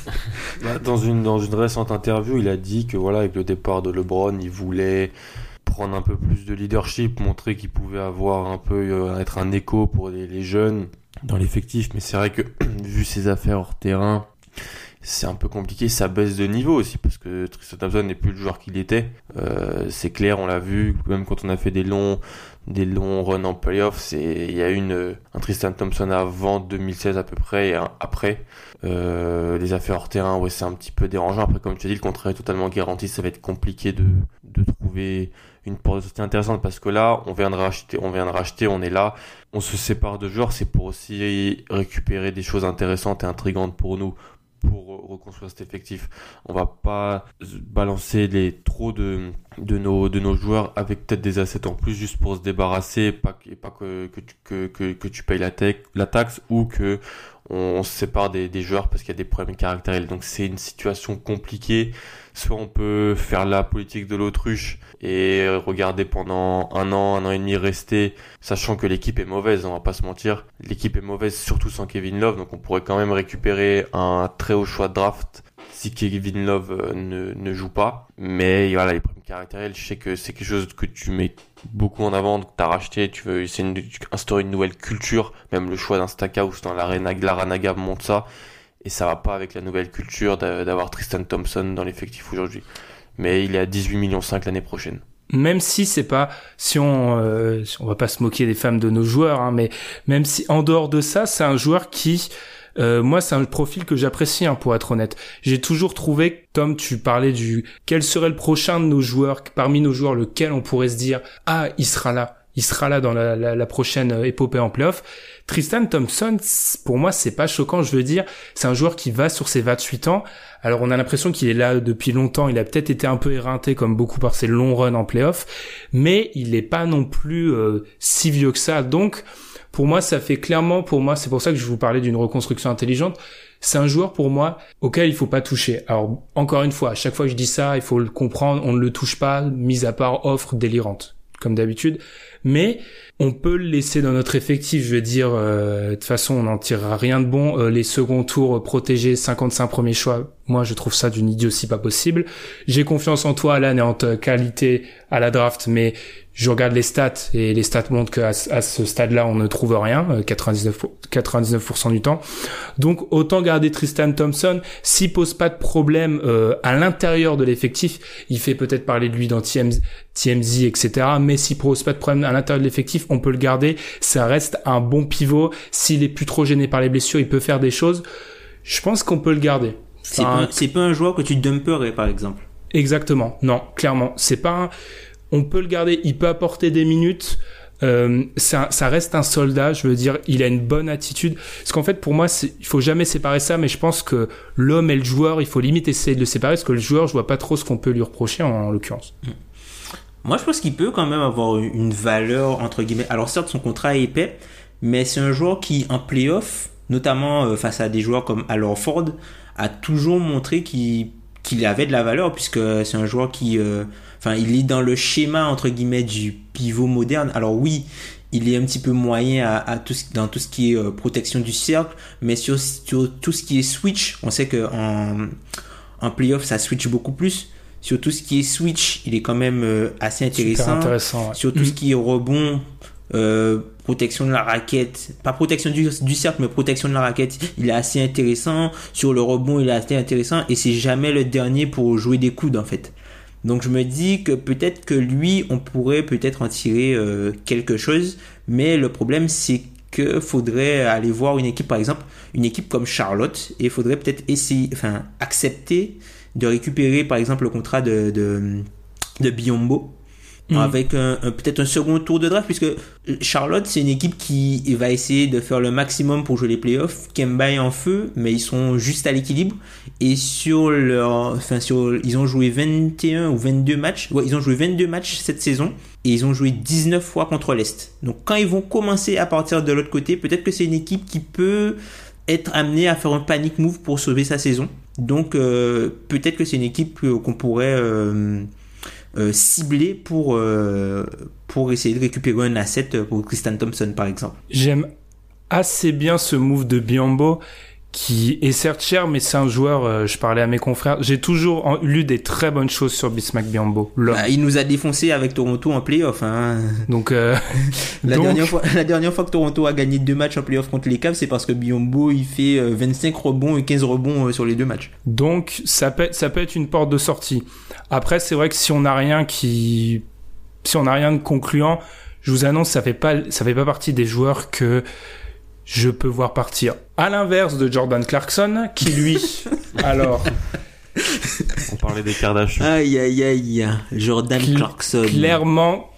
Dans une récente interview, il a dit que voilà, avec le départ de LeBron, il voulait prendre un peu plus de leadership, montrer qu'il pouvait avoir un peu être un écho pour les jeunes dans l'effectif. Mais c'est vrai que vu ses affaires hors terrain, c'est un peu compliqué. Ça baisse de niveau aussi, parce que Tristan Thompson n'est plus le joueur qu'il était. C'est clair, on l'a vu, même quand on a fait des longs runs en playoff, il y a un Tristan Thompson avant 2016 à peu près, et un après. Les affaires hors terrain, ouais, c'est un petit peu dérangeant. Après, comme tu as dit, le contrat est totalement garanti, ça va être compliqué de trouver une porte de sortie intéressante, parce que là, on vient de racheter, on est là, on se sépare de joueurs, c'est pour aussi récupérer des choses intéressantes et intrigantes pour nous, pour reconstruire cet effectif. On va pas balancer trop de nos joueurs avec peut-être des assets en plus juste pour se débarrasser, pas que tu payes la taxe, ou que on se sépare des joueurs parce qu'il y a des problèmes caractériels. Donc c'est une situation compliquée. Soit on peut faire la politique de l'autruche et regarder pendant un an et demi rester, sachant que l'équipe est mauvaise, on va pas se mentir. L'équipe est mauvaise, surtout sans Kevin Love, donc on pourrait quand même récupérer un très haut choix de draft si Kevin Love ne joue pas. Mais voilà, les problèmes caractériels, je sais que c'est quelque chose que tu mets beaucoup en avant, que t'as racheté, tu veux instaurer une nouvelle culture, même le choix d'un Stackhouse dans l'Aranaga montre ça. Et ça va pas avec la nouvelle culture d'avoir Tristan Thompson dans l'effectif aujourd'hui. Mais il est à 18,5 millions l'année prochaine. Même si c'est pas, on va pas se moquer des femmes de nos joueurs, mais même si en dehors de ça, c'est un joueur qui, moi, c'est un profil que j'apprécie, pour être honnête. J'ai toujours trouvé, Tom, tu parlais quel serait le prochain de nos joueurs, parmi nos joueurs, lequel on pourrait se dire, il sera là dans la prochaine épopée en playoff. Tristan Thompson, pour moi, c'est pas choquant, je veux dire, c'est un joueur qui va sur ses 28 ans. Alors, on a l'impression qu'il est là depuis longtemps, il a peut-être été un peu éreinté, comme beaucoup, par ses longs runs en playoff, mais il est pas non plus si vieux que ça. Donc, pour moi, ça fait clairement, c'est pour ça que je vous parlais d'une reconstruction intelligente. C'est un joueur, pour moi, auquel il faut pas toucher. Alors, encore une fois, à chaque fois que je dis ça, il faut le comprendre, on ne le touche pas, mis à part offre délirante, comme d'habitude. Mais on peut le laisser dans notre effectif, je veux dire, de toute façon, on n'en tirera rien de bon. Les seconds tours protégés, 55 premiers choix, moi, je trouve ça d'une idiotie pas possible. J'ai confiance en toi, Alan, et en ta qualité à la draft, mais je regarde les stats, et les stats montrent qu'à ce stade-là, on ne trouve rien, 99% du temps. Donc, autant garder Tristan Thompson. S'il pose pas de problème à l'intérieur de l'effectif, il fait peut-être parler de lui dans TMZ, etc. Mais s'il pose pas de problème à l'intérieur de l'effectif, on peut le garder. Ça reste un bon pivot. S'il est plus trop gêné par les blessures, il peut faire des choses. Je pense qu'on peut le garder. C'est pas un joueur que tu dumperais, par exemple. Exactement. Non, clairement. On peut le garder. Il peut apporter des minutes. ça reste un soldat, je veux dire, il a une bonne attitude. Parce qu'en fait, pour moi, il faut jamais séparer ça, mais je pense que l'homme et le joueur, il faut limite essayer de le séparer, parce que le joueur, je vois pas trop ce qu'on peut lui reprocher en l'occurrence. Moi, je pense qu'il peut quand même avoir une valeur, entre guillemets. Alors certes, son contrat est épais, mais c'est un joueur qui, en play-off, notamment face à des joueurs comme Al Horford, a toujours montré qu'il avait de la valeur, puisque c'est un joueur qui... il est dans le schéma, entre guillemets, du pivot moderne. Alors oui, il est un petit peu moyen dans tout ce qui est protection du cercle, mais sur tout ce qui est switch, on sait qu'en play-off, ça switch beaucoup plus. Sur tout ce qui est switch, il est quand même assez intéressant. Super intéressant, ouais. Sur tout ce qui est rebond, protection de la raquette, pas protection du cercle, mais protection de la raquette, il est assez intéressant. Sur le rebond, il est assez intéressant, et c'est jamais le dernier pour jouer des coudes, en fait. Donc je me dis que peut-être que lui, on pourrait peut-être en tirer quelque chose, mais le problème c'est que faudrait aller voir une équipe, par exemple, une équipe comme Charlotte, et il faudrait peut-être accepter de récupérer par exemple le contrat de Biyombo, avec peut-être un second tour de draft, puisque Charlotte c'est une équipe qui va essayer de faire le maximum pour jouer les playoffs. Kemba est en feu, mais ils sont juste à l'équilibre, et ils ont joué 21 ou 22 matchs. Ouais, ils ont joué 22 matchs cette saison, et ils ont joué 19 fois contre l'Est. Donc quand ils vont commencer à partir de l'autre côté, peut-être que c'est une équipe qui peut être amenée à faire un panic move pour sauver sa saison. Donc peut-être que c'est une équipe qu'on pourrait ciblé pour essayer de récupérer un asset pour Tristan Thompson, par exemple. J'aime assez bien ce move de Biyombo, qui est certes cher, mais c'est un joueur, je parlais à mes confrères, j'ai toujours lu des très bonnes choses sur Bismack Biyombo. Il nous a défoncé avec Toronto en play-off. Hein. Donc, la dernière fois que Toronto a gagné 2 matchs en play-off contre les Cavs, c'est parce que Biyombo, il fait 25 rebonds et 15 rebonds sur les 2 matchs. Donc, ça peut être une porte de sortie. Après, c'est vrai que si on n'a rien de concluant, je vous annonce, ça fait pas partie des joueurs que je peux voir partir. À l'inverse de Jordan Clarkson, qui lui, alors... On parlait des Kardashians. Aïe, Jordan Clarkson. Clairement,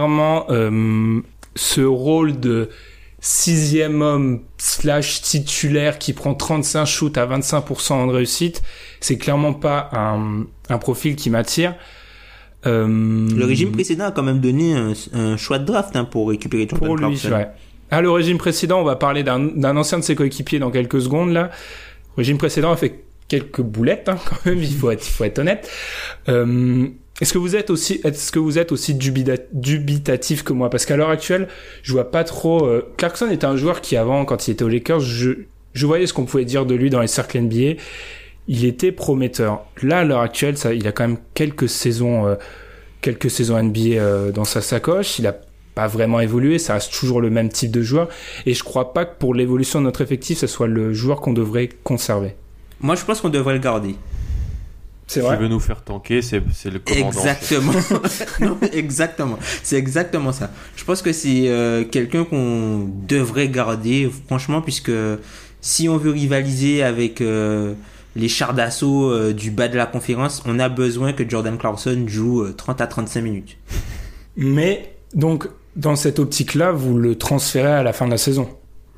ce rôle de 6e homme / titulaire qui prend 35 shoots à 25% de réussite, c'est clairement pas un profil qui m'attire. Le régime précédent a quand même donné un choix de draft pour récupérer Jordan Clarkson. Ouais. Le régime précédent, on va parler d'un ancien de ses coéquipiers dans quelques secondes là. Le régime précédent a fait quelques boulettes quand même, il faut être honnête. Est-ce que vous êtes aussi dubitatif que moi, parce qu'à l'heure actuelle, je vois pas trop. Clarkson était un joueur qui avant, quand il était aux Lakers, je voyais ce qu'on pouvait dire de lui dans les cercles NBA. Il était prometteur. Là, à l'heure actuelle, il a quand même quelques saisons NBA dans sa sacoche. Il a pas vraiment évolué, ça reste toujours le même type de joueur, et je crois pas que pour l'évolution de notre effectif, ce soit le joueur qu'on devrait conserver. Moi, je pense qu'on devrait le garder. C'est vrai. Qui veut nous faire tanker, c'est le commandant. Exactement. Non, exactement. C'est exactement ça. Je pense que c'est quelqu'un qu'on devrait garder, franchement, puisque si on veut rivaliser avec les chars d'assaut du bas de la conférence, on a besoin que Jordan Clarkson joue 30 à 35 minutes. Mais, donc, dans cette optique-là, vous le transférez à la fin de la saison.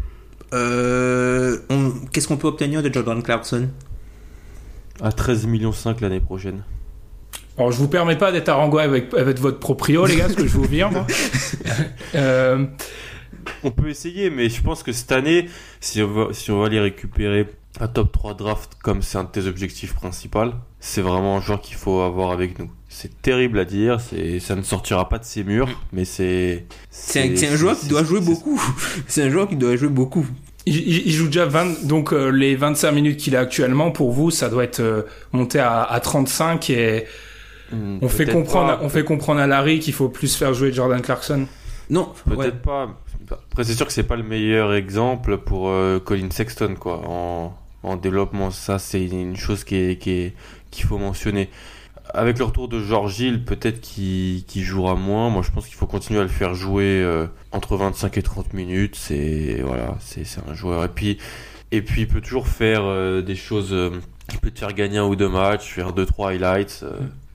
Qu'est-ce qu'on peut obtenir de Jordan Clarkson? À 13,5 millions l'année prochaine. Alors, je vous permets pas d'être arrogant avec votre proprio, les gars, parce que je vous vire, moi. On peut essayer, mais je pense que cette année, si on va aller récupérer un top 3 draft comme c'est un de tes objectifs principaux, c'est vraiment un joueur qu'il faut avoir avec nous. C'est terrible à dire, ça ne sortira pas de ses murs, mais c'est un joueur qui doit jouer beaucoup. C'est un joueur qui doit jouer beaucoup. Il joue déjà 20, donc les 25 minutes qu'il a actuellement, pour vous, ça doit être monté à 35, et on fait comprendre à Larry qu'il faut plus faire jouer Jordan Clarkson. Non, peut-être pas. Après, c'est sûr que c'est pas le meilleur exemple pour Colin Sexton, quoi. En développement, ça c'est une chose qu'il faut mentionner. Avec le retour de George Hill, peut-être qu'il jouera moins. Moi, je pense qu'il faut continuer à le faire jouer entre 25 et 30 minutes. C'est un joueur. Et puis, il peut toujours faire des choses. Il peut te faire gagner 1 ou 2 matchs, faire 2-3 highlights.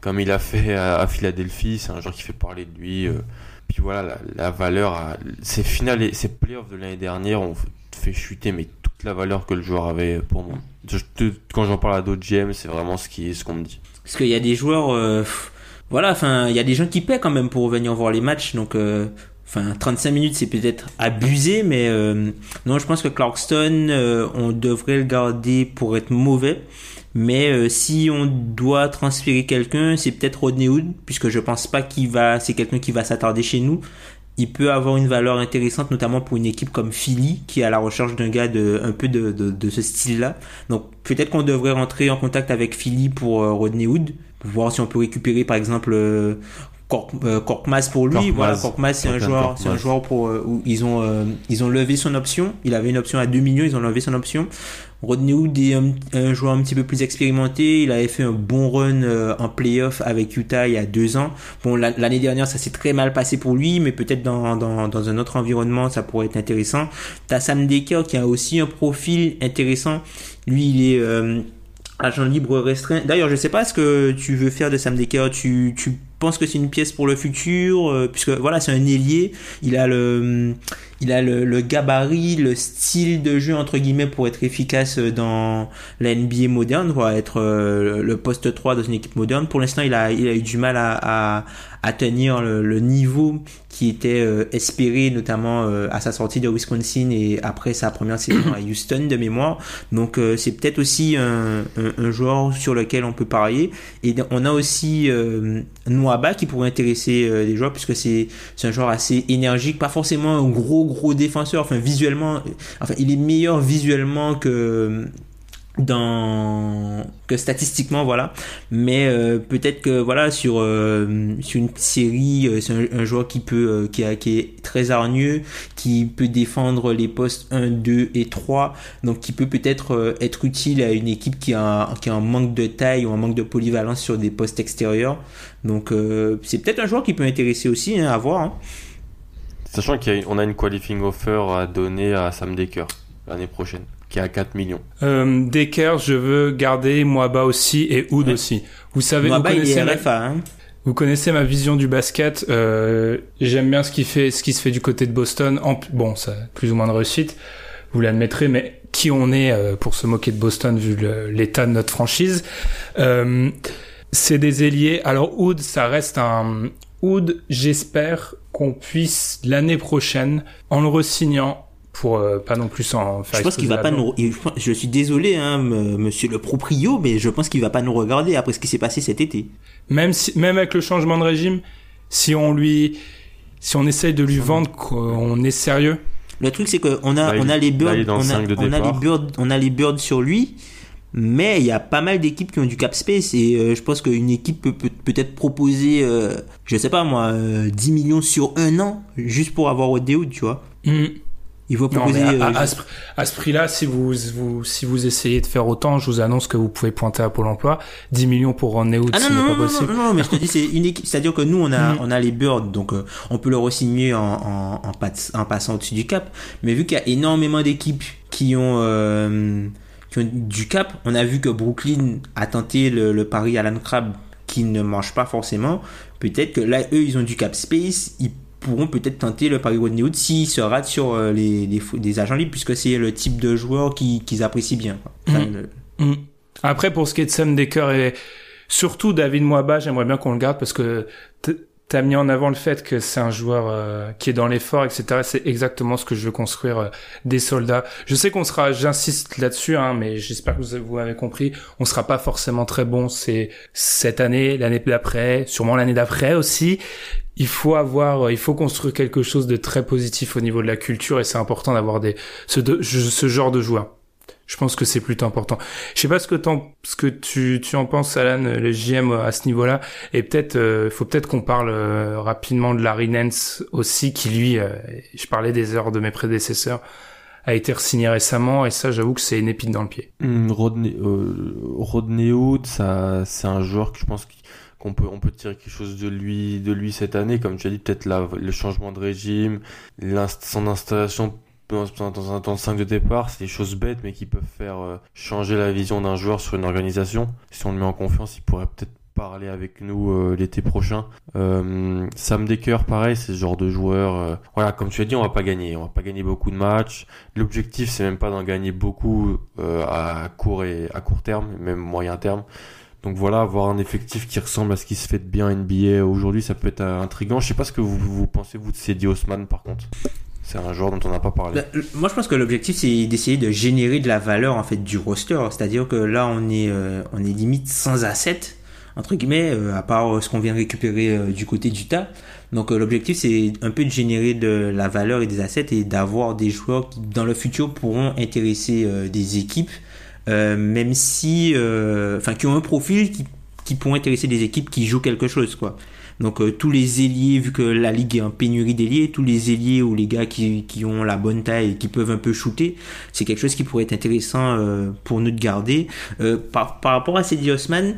comme il a fait à Philadelphie. C'est un joueur qui fait parler de lui. Puis voilà, la valeur, ces finales et ces playoffs de l'année dernière ont fait chuter mais toute la valeur que le joueur avait pour moi. Quand j'en parle à d'autres GM, c'est vraiment ce qu'on me dit. Parce qu'il y a des joueurs, voilà, enfin, il y a des gens qui paient quand même pour venir voir les matchs, donc 35 minutes c'est peut-être abusé, mais non, je pense que Clarkson, on devrait le garder pour être mauvais. Mais si on doit transférer quelqu'un, c'est peut-être Rodney Hood, puisque je pense pas c'est quelqu'un qui va s'attarder chez nous. Il peut avoir une valeur intéressante, notamment pour une équipe comme Philly, qui est à la recherche d'un gars un peu de ce style-là. Donc peut-être qu'on devrait rentrer en contact avec Philly pour Rodney Hood, pour voir si on peut récupérer par exemple Korkmaz pour lui. Voilà, Korkmaz c'est un joueur pour où ils ont levé son option. Il avait une option à 2 millions, ils ont levé son option. Rodney Hood est un joueur un petit peu plus expérimenté. Il avait fait un bon run en playoff avec Utah il y a 2 ans. Bon, l'année dernière, ça s'est très mal passé pour lui, mais peut-être dans un autre environnement, ça pourrait être intéressant. T'as Sam Dekker qui a aussi un profil intéressant. Lui, il est agent libre restreint. D'ailleurs, je sais pas ce que tu veux faire de Sam Dekker. Tu penses que c'est une pièce pour le futur, puisque voilà, c'est un ailier. Il a le gabarit, le style de jeu entre guillemets pour être efficace dans la NBA moderne, pour être le poste 3 dans une équipe moderne. Pour l'instant, il a eu du mal à tenir le niveau qui était espéré, notamment à sa sortie de Wisconsin et après sa première saison à Houston de mémoire. Donc c'est peut-être aussi un joueur sur lequel on peut parier. Et on a aussi Nwaba qui pourrait intéresser les joueurs, puisque c'est un joueur assez énergique, pas forcément un gros défenseur. Il est meilleur visuellement que statistiquement, voilà, mais peut-être que voilà, sur une série, c'est un joueur qui est très hargneux, qui peut défendre les postes 1, 2 et 3, donc qui peut peut-être être utile à une équipe qui a un manque de taille ou un manque de polyvalence sur des postes extérieurs. Donc c'est peut-être un joueur qui peut intéresser aussi, à voir, hein. Sachant qu'on a une qualifying offer à donner à Sam Dekker l'année prochaine, qui est à 4 millions. Dekker, je veux garder Nwaba aussi et Hood aussi. Vous savez, Nwaba, il est RFA, hein. Vous connaissez ma vision du basket. J'aime bien ce qui se fait du côté de Boston. Bon, ça a plus ou moins de réussite, vous l'admettrez, mais qui on est pour se moquer de Boston vu l'état de notre franchise. C'est des ailiers. Alors Hood, ça reste un... Hood, j'espère qu'on puisse l'année prochaine, en le re-signant, pour pas non plus en faire. Je pense qu'il va pas nous. Je suis désolé, hein, monsieur le proprio, mais je pense qu'il va pas nous regarder après ce qui s'est passé cet été. Même avec le changement de régime, si on essaye de lui vendre qu'on est sérieux. Le truc c'est que on a les birds sur lui. Mais il y a pas mal d'équipes qui ont du cap space et je pense qu'une équipe peut peut-être proposer, je sais pas moi, 10 millions sur 1 an juste pour avoir Rodney Hood, tu vois. Il faut proposer. À ce prix-là, si vous essayez de faire autant, je vous annonce que vous pouvez pointer à Pôle Emploi. 10 millions pour Rodney Hood, ce n'est pas possible. Non, mais je te dis, c'est une équipe. C'est-à-dire que nous, on a les Birds, donc on peut le re-signer en passant au-dessus du cap. Mais vu qu'il y a énormément d'équipes qui ont du cap, on a vu que Brooklyn a tenté le pari Alan Crabb qui ne marche pas forcément. Peut-être que là, eux, ils ont du cap space, ils pourront peut-être tenter le pari Rodney Hood s'ils se ratent sur des agents libres, puisque c'est le type de joueur qu'ils apprécient bien, quoi. Après, pour ce qui est de Sam Dekker et surtout David Nwaba, j'aimerais bien qu'on le garde parce que t'as mis en avant le fait que c'est un joueur qui est dans l'effort, etc. C'est exactement ce que je veux construire, des soldats. Je sais j'insiste là-dessus, hein, mais j'espère que vous avez compris, on sera pas forcément très bon cette année, l'année d'après, sûrement l'année d'après aussi. Il faut construire quelque chose de très positif au niveau de la culture et c'est important d'avoir ce genre de joueurs. Je pense que c'est plutôt important. Je sais pas ce que tu en penses, Alan, le JM à ce niveau-là. Et faut peut-être qu'on parle rapidement de Larry Nance aussi, qui lui, je parlais des heures de mes prédécesseurs, a été re-signé récemment. Et ça, j'avoue que c'est une épine dans le pied. Rodney Hood, ça, c'est un joueur que je pense qu'on peut tirer quelque chose de lui cette année. Comme tu as dit, peut-être le changement de régime, son installation dans le 5 de départ, c'est des choses bêtes mais qui peuvent faire changer la vision d'un joueur sur une organisation. Si on le met en confiance, il pourrait peut-être parler avec nous l'été prochain. Sam Dekker, pareil, c'est ce genre de joueur. Voilà, comme tu as dit, on va pas gagner beaucoup de matchs. L'objectif, c'est même pas d'en gagner beaucoup à court terme, même moyen terme. Donc voilà, avoir un effectif qui ressemble à ce qui se fait de bien NBA aujourd'hui, ça peut être intriguant. Je sais pas ce que vous pensez, vous, de Cedi Osman, par contre. C'est un joueur dont on n'a pas parlé. Moi, je pense que l'objectif, c'est d'essayer de générer de la valeur, en fait, du roster. C'est-à-dire que là, on est limite sans assets, entre guillemets, à part ce qu'on vient récupérer du côté d'Utah. Donc, l'objectif, c'est un peu de générer de la valeur et des assets et d'avoir des joueurs qui, dans le futur, pourront intéresser des équipes. Même si qui ont un profil qui pourront intéresser des équipes qui jouent quelque chose, quoi. Donc tous les ailiers, vu que la ligue est en pénurie d'ailiers, tous les ailiers ou les gars qui ont la bonne taille et qui peuvent un peu shooter, c'est quelque chose qui pourrait être intéressant pour nous de garder. Par rapport à Cedi Osman,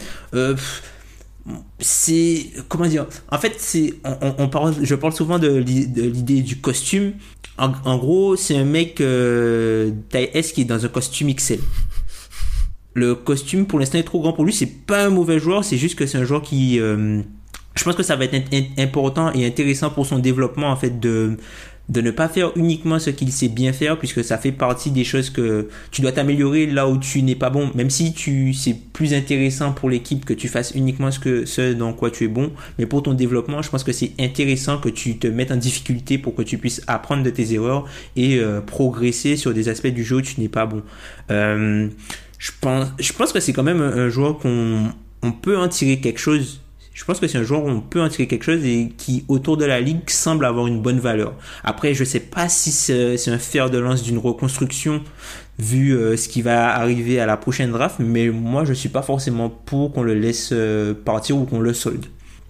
c'est, comment dire, en fait je parle souvent de l'idée du costume. En gros, c'est un mec taille S qui est dans un costume XL. Le costume, pour l'instant, est trop grand pour lui. C'est pas un mauvais joueur, c'est juste que c'est un joueur qui... je pense que ça va être important et intéressant pour son développement, en fait, de ne pas faire uniquement ce qu'il sait bien faire, puisque ça fait partie des choses que tu dois t'améliorer là où tu n'es pas bon. Même si c'est plus intéressant pour l'équipe que tu fasses uniquement ce dans quoi tu es bon. Mais pour ton développement, je pense que c'est intéressant que tu te mettes en difficulté pour que tu puisses apprendre de tes erreurs et progresser sur des aspects du jeu où tu n'es pas bon. Je pense que c'est quand même un joueur qu'on peut en tirer quelque chose. Je pense que c'est un joueur où on peut en tirer quelque chose et qui, autour de la ligue, semble avoir une bonne valeur. Après, je sais pas si c'est un fer de lance d'une reconstruction vu ce qui va arriver à la prochaine draft, mais moi, je suis pas forcément pour qu'on le laisse partir ou qu'on le solde.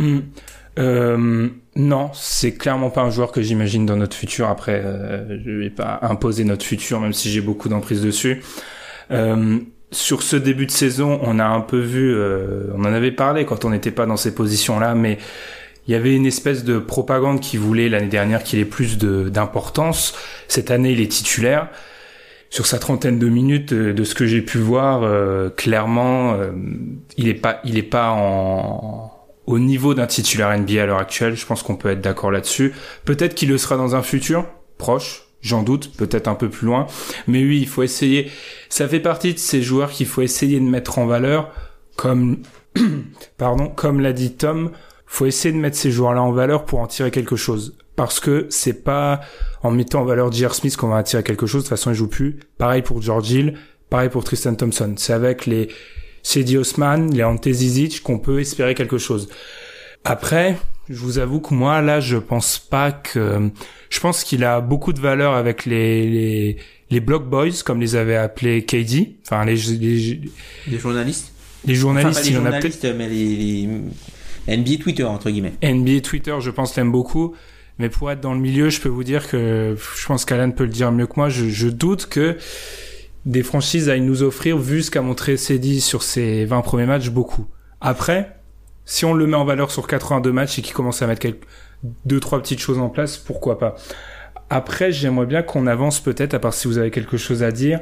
Non, c'est clairement pas un joueur que j'imagine dans notre futur. Après, je vais pas imposer notre futur, même si j'ai beaucoup d'emprise dessus. Sur ce début de saison, on a un peu vu, on en avait parlé quand on n'était pas dans ces positions-là, mais il y avait une espèce de propagande qui voulait l'année dernière qu'il ait plus d'importance. Cette année, il est titulaire. Sur sa 30aine de minutes, de ce que j'ai pu voir, clairement, il est pas au niveau d'un titulaire NBA à l'heure actuelle. Je pense qu'on peut être d'accord là-dessus. Peut-être qu'il le sera dans un futur proche. J'en doute, peut-être un peu plus loin. Mais oui, il faut essayer. Ça fait partie de ces joueurs qu'il faut essayer de mettre en valeur. Comme l'a dit Tom, faut essayer de mettre ces joueurs-là en valeur pour en tirer quelque chose. Parce que c'est pas en mettant en valeur J.R. Smith qu'on va en tirer quelque chose. De toute façon, il joue plus. Pareil pour George Hill. Pareil pour Tristan Thompson. C'est avec les Cedi Osman, les Ante Zizic qu'on peut espérer quelque chose. Après, je vous avoue que moi, là, je pense qu'il a beaucoup de valeur avec les block boys, comme les avait appelés KD. Enfin, les journalistes. Les journalistes, enfin, pas les journalistes, mais les NBA Twitter, entre guillemets. NBA Twitter, je pense, l'aime beaucoup. Mais pour être dans le milieu, je peux vous dire que je pense qu'Alan peut le dire mieux que moi. Je doute que des franchises aillent nous offrir, vu ce qu'a montré Cedi sur ses 20 premiers matchs, beaucoup. Après, si on le met en valeur sur 82 matchs et qu'il commence à mettre 2-3 petites choses en place, pourquoi pas. Après, j'aimerais bien qu'on avance peut-être, à part si vous avez quelque chose à dire.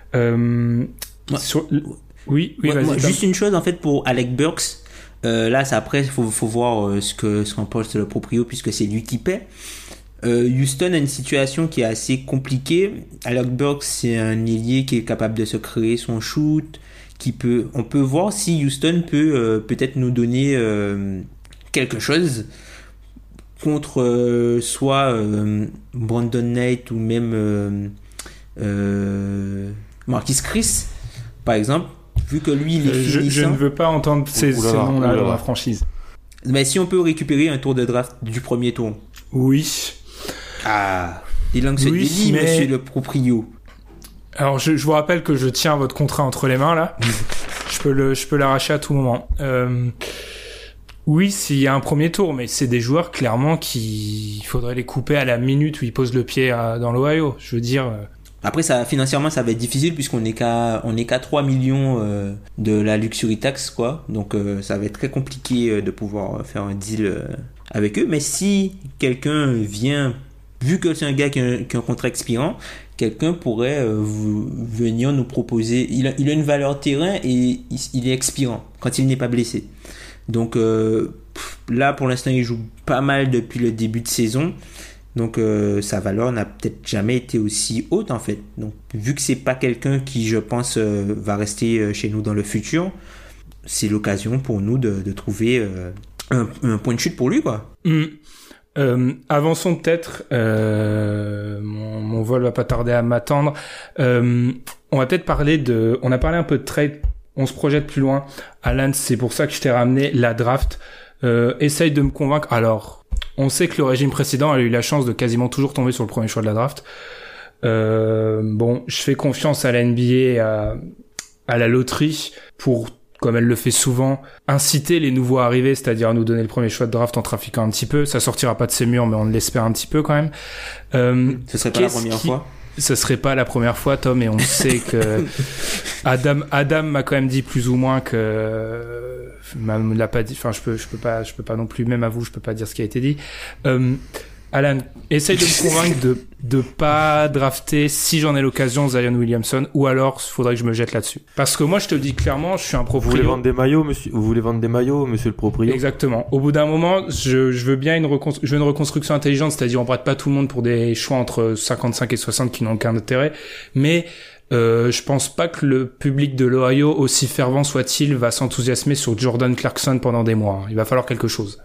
Oui, vas-y. Juste une chose, en fait, pour Alec Burks. Là, c'est après, faut voir ce qu'en pense le proprio, puisque c'est lui qui paie. Houston a une situation qui est assez compliquée. Alec Burks, c'est un ailier qui est capable de se créer son shoot, on peut voir si Houston peut peut-être nous donner quelque chose contre soit Brandon Knight ou même Marquise Chris, par exemple, vu que lui il est finissant. Je ne veux pas entendre ces noms-là dans la franchise. Mais si on peut récupérer un tour de draft du premier tour. Oui. Ah, des langues se délient, monsieur le proprio. Alors, je vous rappelle que je tiens votre contrat entre les mains, là. Je peux l'arracher à tout moment. Oui, s'il y a un premier tour, mais c'est des joueurs, clairement, il faudrait les couper à la minute où ils posent le pied dans l'Ohio. Je veux dire... Après, financièrement, ça va être difficile puisqu'on est qu'à 3 millions de la luxury tax, quoi. Donc, ça va être très compliqué de pouvoir faire un deal avec eux. Mais si quelqu'un vient, vu que c'est un gars qui a un contrat expirant, quelqu'un pourrait venir nous proposer... Il a une valeur terrain et il est expirant quand il n'est pas blessé. Donc là, pour l'instant, il joue pas mal depuis le début de saison. Donc sa valeur n'a peut-être jamais été aussi haute en fait. Donc vu que c'est pas quelqu'un qui, je pense, va rester chez nous dans le futur, c'est l'occasion pour nous de trouver un point de chute pour lui, quoi. Avançons peut-être. Mon vol va pas tarder à m'attendre. On va peut-être parler on a parlé un peu de trade. On se projette plus loin. Alan, c'est pour ça que je t'ai ramené la draft. Essaye de me convaincre. Alors, on sait que le régime précédent a eu la chance de quasiment toujours tomber sur le premier choix de la draft. Bon, je fais confiance à la NBA, à la loterie pour, comme elle le fait souvent, inciter les nouveaux arrivés, c'est-à-dire à nous donner le premier choix de draft en trafiquant un petit peu. Ça sortira pas de ses murs, mais on l'espère un petit peu quand même. Ce serait pas la première fois. Ce serait pas la première fois, Tom, et on sait que Adam m'a quand même dit plus ou moins que me l'a pas dit. Enfin, je peux pas non plus, même à vous, je peux pas dire ce qui a été dit. Alan, essaye de me convaincre de pas drafter, si j'en ai l'occasion, Zion Williamson, ou alors faudrait que je me jette là-dessus. Parce que moi, je te le dis clairement, je suis un proprio. Vous voulez vendre des maillots, monsieur le proprio? Exactement. Au bout d'un moment, je veux bien une reconstruction intelligente, c'est-à-dire on prête pas tout le monde pour des choix entre 55 et 60 qui n'ont aucun intérêt, mais je pense pas que le public de l'Ohio, aussi fervent soit-il, va s'enthousiasmer sur Jordan Clarkson pendant des mois. Il va falloir quelque chose.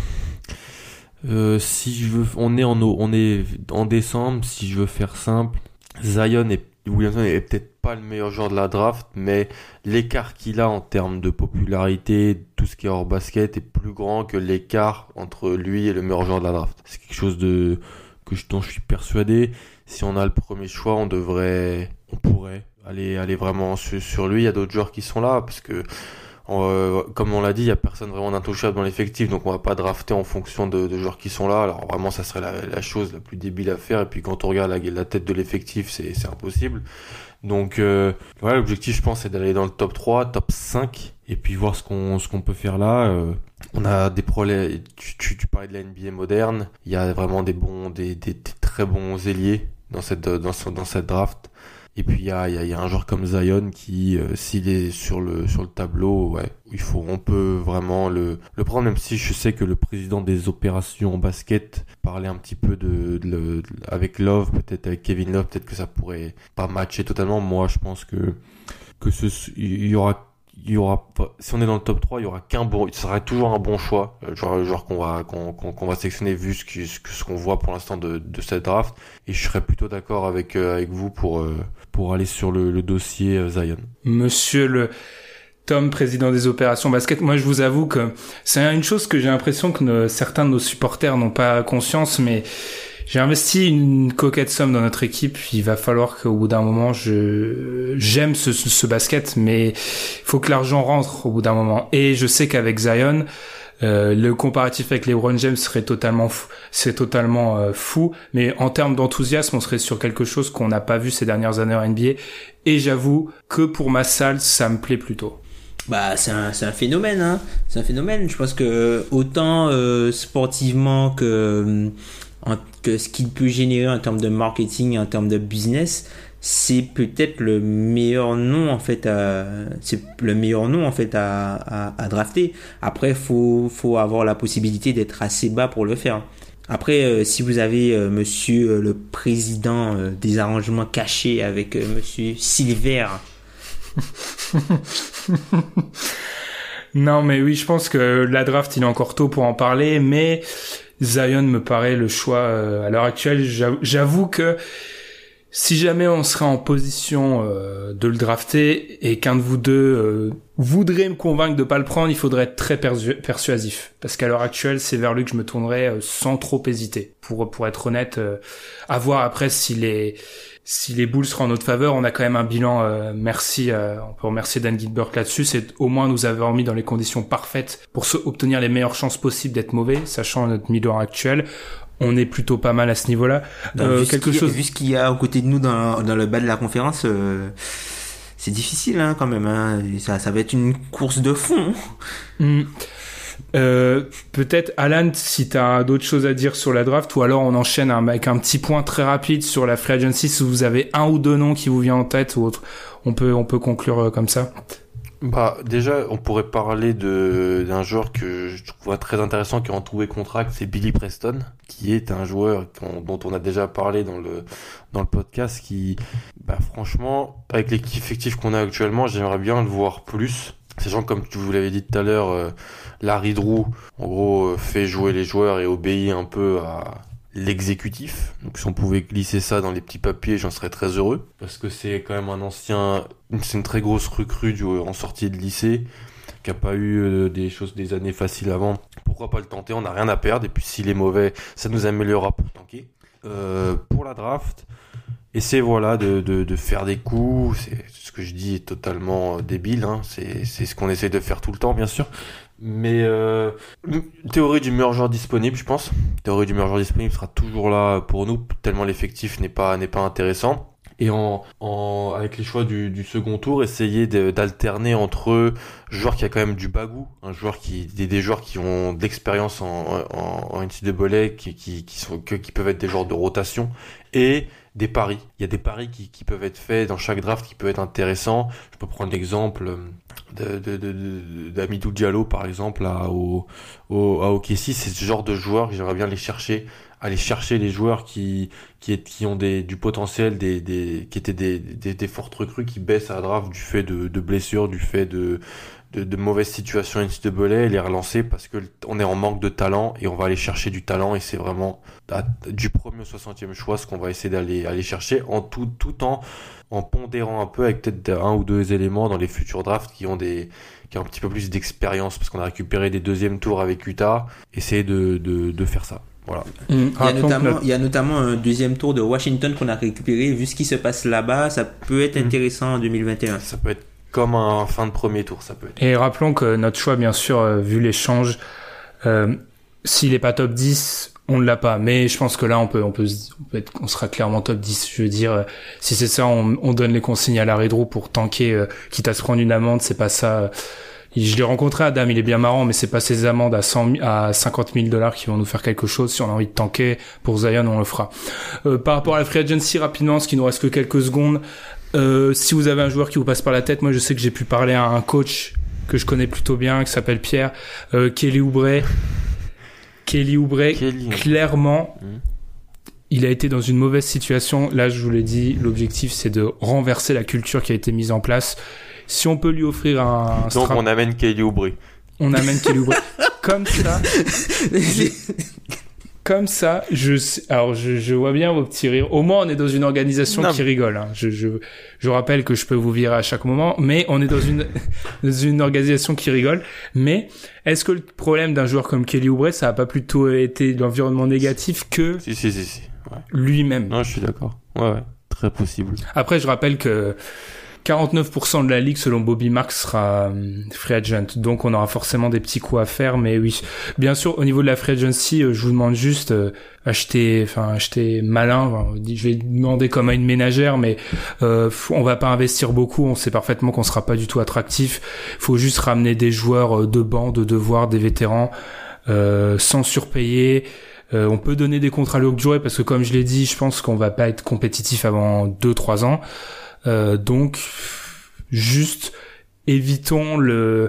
On est en décembre, si je veux faire simple, Zion et Williamson est peut-être pas le meilleur joueur de la draft, mais l'écart qu'il a en termes de popularité, tout ce qui est hors basket, est plus grand que l'écart entre lui et le meilleur joueur de la draft. C'est quelque chose dont je suis persuadé. Si on a le premier choix, on pourrait aller vraiment sur lui. Il y a d'autres joueurs qui sont là, parce que comme on l'a dit, il y a personne vraiment d'intouchable dans l'effectif, donc on va pas drafter en fonction de joueurs qui sont là. Alors vraiment, ça serait la chose la plus débile à faire. Et puis quand on regarde la tête de l'effectif, c'est impossible. Donc voilà, l'objectif, je pense, c'est d'aller dans le top 3, top 5, et puis voir ce qu'on peut faire là. On a des problèmes. Tu parlais de la NBA moderne. Il y a vraiment des très bons ailiers dans cette draft. Et puis il y a un joueur comme Zion qui, s'il est sur le tableau, ouais, on peut vraiment le prendre, même si je sais que le président des opérations basket parlait un petit peu avec Love, peut-être avec Kevin Love, peut-être que ça pourrait pas matcher totalement. Moi, je pense que il y aura, si on est dans le top 3, il y aura ce sera toujours un bon choix, genre qu'on va sélectionner vu ce qu'on voit pour l'instant de cette draft. Et je serais plutôt d'accord avec vous pour aller sur le dossier Zion. Monsieur le Tom, président des opérations basket, moi je vous avoue que c'est une chose que j'ai l'impression que certains de nos supporters n'ont pas conscience, mais j'ai investi une coquette somme dans notre équipe. Il va falloir qu'au bout d'un moment, j'aime ce basket, mais il faut que l'argent rentre au bout d'un moment. Et je sais qu'avec Zion, le comparatif avec LeBron James serait totalement fou, mais en termes d'enthousiasme, on serait sur quelque chose qu'on n'a pas vu ces dernières années en NBA. Et j'avoue que pour ma salle, ça me plaît plutôt. Bah, c'est un phénomène, hein. C'est un phénomène. Je pense que autant sportivement que ce qu'il peut générer en termes de marketing, en termes de business, c'est peut-être le meilleur nom en fait à drafter. Après, faut avoir la possibilité d'être assez bas pour le faire. Après, si vous avez monsieur le président des arrangements cachés avec monsieur Silver. Non, mais oui, je pense que la draft, il est encore tôt pour en parler, mais Zion me paraît le choix à l'heure actuelle. J'avoue que si jamais on serait en position de le drafter et qu'un de vous deux voudrait me convaincre de pas le prendre, il faudrait être très persuasif. Parce qu'à l'heure actuelle, c'est vers lui que je me tournerais sans trop hésiter. Pour être honnête, à voir après si les Bulls seront en notre faveur. On a quand même un bilan, on peut remercier Dan Gilbert là-dessus, c'est au moins nous avoir mis dans les conditions parfaites pour obtenir les meilleures chances possibles d'être mauvais, sachant notre bilan actuel. On est plutôt pas mal à ce niveau-là. Vu ce qu'il y a aux côtés de nous dans le bas de la conférence, c'est difficile hein, quand même. Hein. Ça va être une course de fond. Peut-être Alan, si t'as d'autres choses à dire sur la draft, ou alors on enchaîne avec un petit point très rapide sur la free agency. Si vous avez un ou deux noms qui vous viennent en tête ou autre, on peut conclure comme ça. Bah, déjà, on pourrait parler d'un joueur que je trouve très intéressant qui a retrouvé contract, c'est Billy Preston, qui est un joueur dont on a déjà parlé dans le podcast, qui, bah, franchement, avec l'effectif qu'on a actuellement, j'aimerais bien le voir plus. Sachant, comme vous l'avez dit tout à l'heure, Larry Drew, en gros, fait jouer les joueurs et obéit un peu à l'exécutif. Donc si on pouvait glisser ça dans les petits papiers, j'en serais très heureux. Parce que c'est quand même c'est une très grosse recrue en sortie de lycée, qui a pas eu des années faciles avant. Pourquoi pas le tenter? On n'a rien à perdre. Et puis s'il est mauvais, ça nous améliorera pour tanker. Pour la draft, essayer de faire des coups. C'est ce que je dis est totalement débile, hein. C'est ce qu'on essaie de faire tout le temps, bien sûr. Mais théorie du meilleur joueur disponible, je pense. Théorie du meilleur joueur disponible sera toujours là pour nous, tellement l'effectif n'est pas intéressant. Et avec les choix du second tour, essayer d'alterner entre joueurs qui a quand même du bagou, des joueurs qui ont de l'expérience en NCAA, qui peuvent être des joueurs de rotation, et des paris. Il y a des paris qui peuvent être faits dans chaque draft qui peuvent être intéressants. Je peux prendre l'exemple d'Amidou Diallo, par exemple, à OKC. C'est ce genre de joueurs que j'aimerais bien aller chercher les joueurs qui ont du potentiel, qui étaient des fortes recrues qui baissent à la draft du fait de blessures, du fait de mauvaises situations NCAA, et les relancer parce que on est en manque de talent et on va aller chercher du talent, et c'est vraiment du premier au 60e choix ce qu'on va essayer d'aller chercher, tout en pondérant un peu avec peut-être un ou deux éléments dans les futurs drafts qui ont un petit peu plus d'expérience, parce qu'on a récupéré des deuxièmes tours avec Utah. Essayer de faire ça. Voilà. Il y a notamment un deuxième tour de Washington qu'on a récupéré. Vu ce qui se passe là-bas, ça peut être intéressant en 2021. Ça peut être comme un fin de premier tour, ça peut être. Et rappelons que notre choix, bien sûr, vu l'échange, s'il est pas top 10, on ne l'a pas. Mais je pense que là, on sera clairement top 10. Je veux dire, si c'est ça, on donne les consignes à Larry Drew pour tanker, quitte à se prendre une amende. C'est pas ça. Je l'ai rencontré, Adam, il est bien marrant, mais c'est pas ces amendes à $50 000 qui vont nous faire quelque chose. Si on a envie de tanker pour Zion, on le fera. Par rapport à la free agency, rapidement, parce qu'il nous reste que quelques secondes, si vous avez un joueur qui vous passe par la tête, moi je sais que j'ai pu parler à un coach que je connais plutôt bien, qui s'appelle Pierre, Kelly Oubre, clairement, il a été dans une mauvaise situation. Là, je vous l'ai dit, l'objectif c'est de renverser la culture qui a été mise en place. Si on peut lui offrir donc on amène Kelly Oubre. Comme ça, je vois bien vos petits rires. Au moins, on est dans une organisation qui rigole, hein. Je rappelle que je peux vous virer à chaque moment, mais on est dans une organisation qui rigole. Mais est-ce que le problème d'un joueur comme Kelly Oubre, ça a pas plutôt été l'environnement négatif que Si. Ouais. Lui-même? Non, je suis d'accord. Ouais, très possible. Après, je rappelle que 49% de la ligue, selon Bobby Marks, sera free agent. Donc, on aura forcément des petits coups à faire. Mais oui, bien sûr, au niveau de la free agency, je vous demande juste acheter malin. Enfin, je vais demander comme à une ménagère, mais on va pas investir beaucoup. On sait parfaitement qu'on sera pas du tout attractif. Faut juste ramener des joueurs de banc, de devoir, des vétérans, sans surpayer. On peut donner des contrats longue durée parce que, comme je l'ai dit, je pense qu'on va pas être compétitif avant 2-3 ans. Donc juste évitons le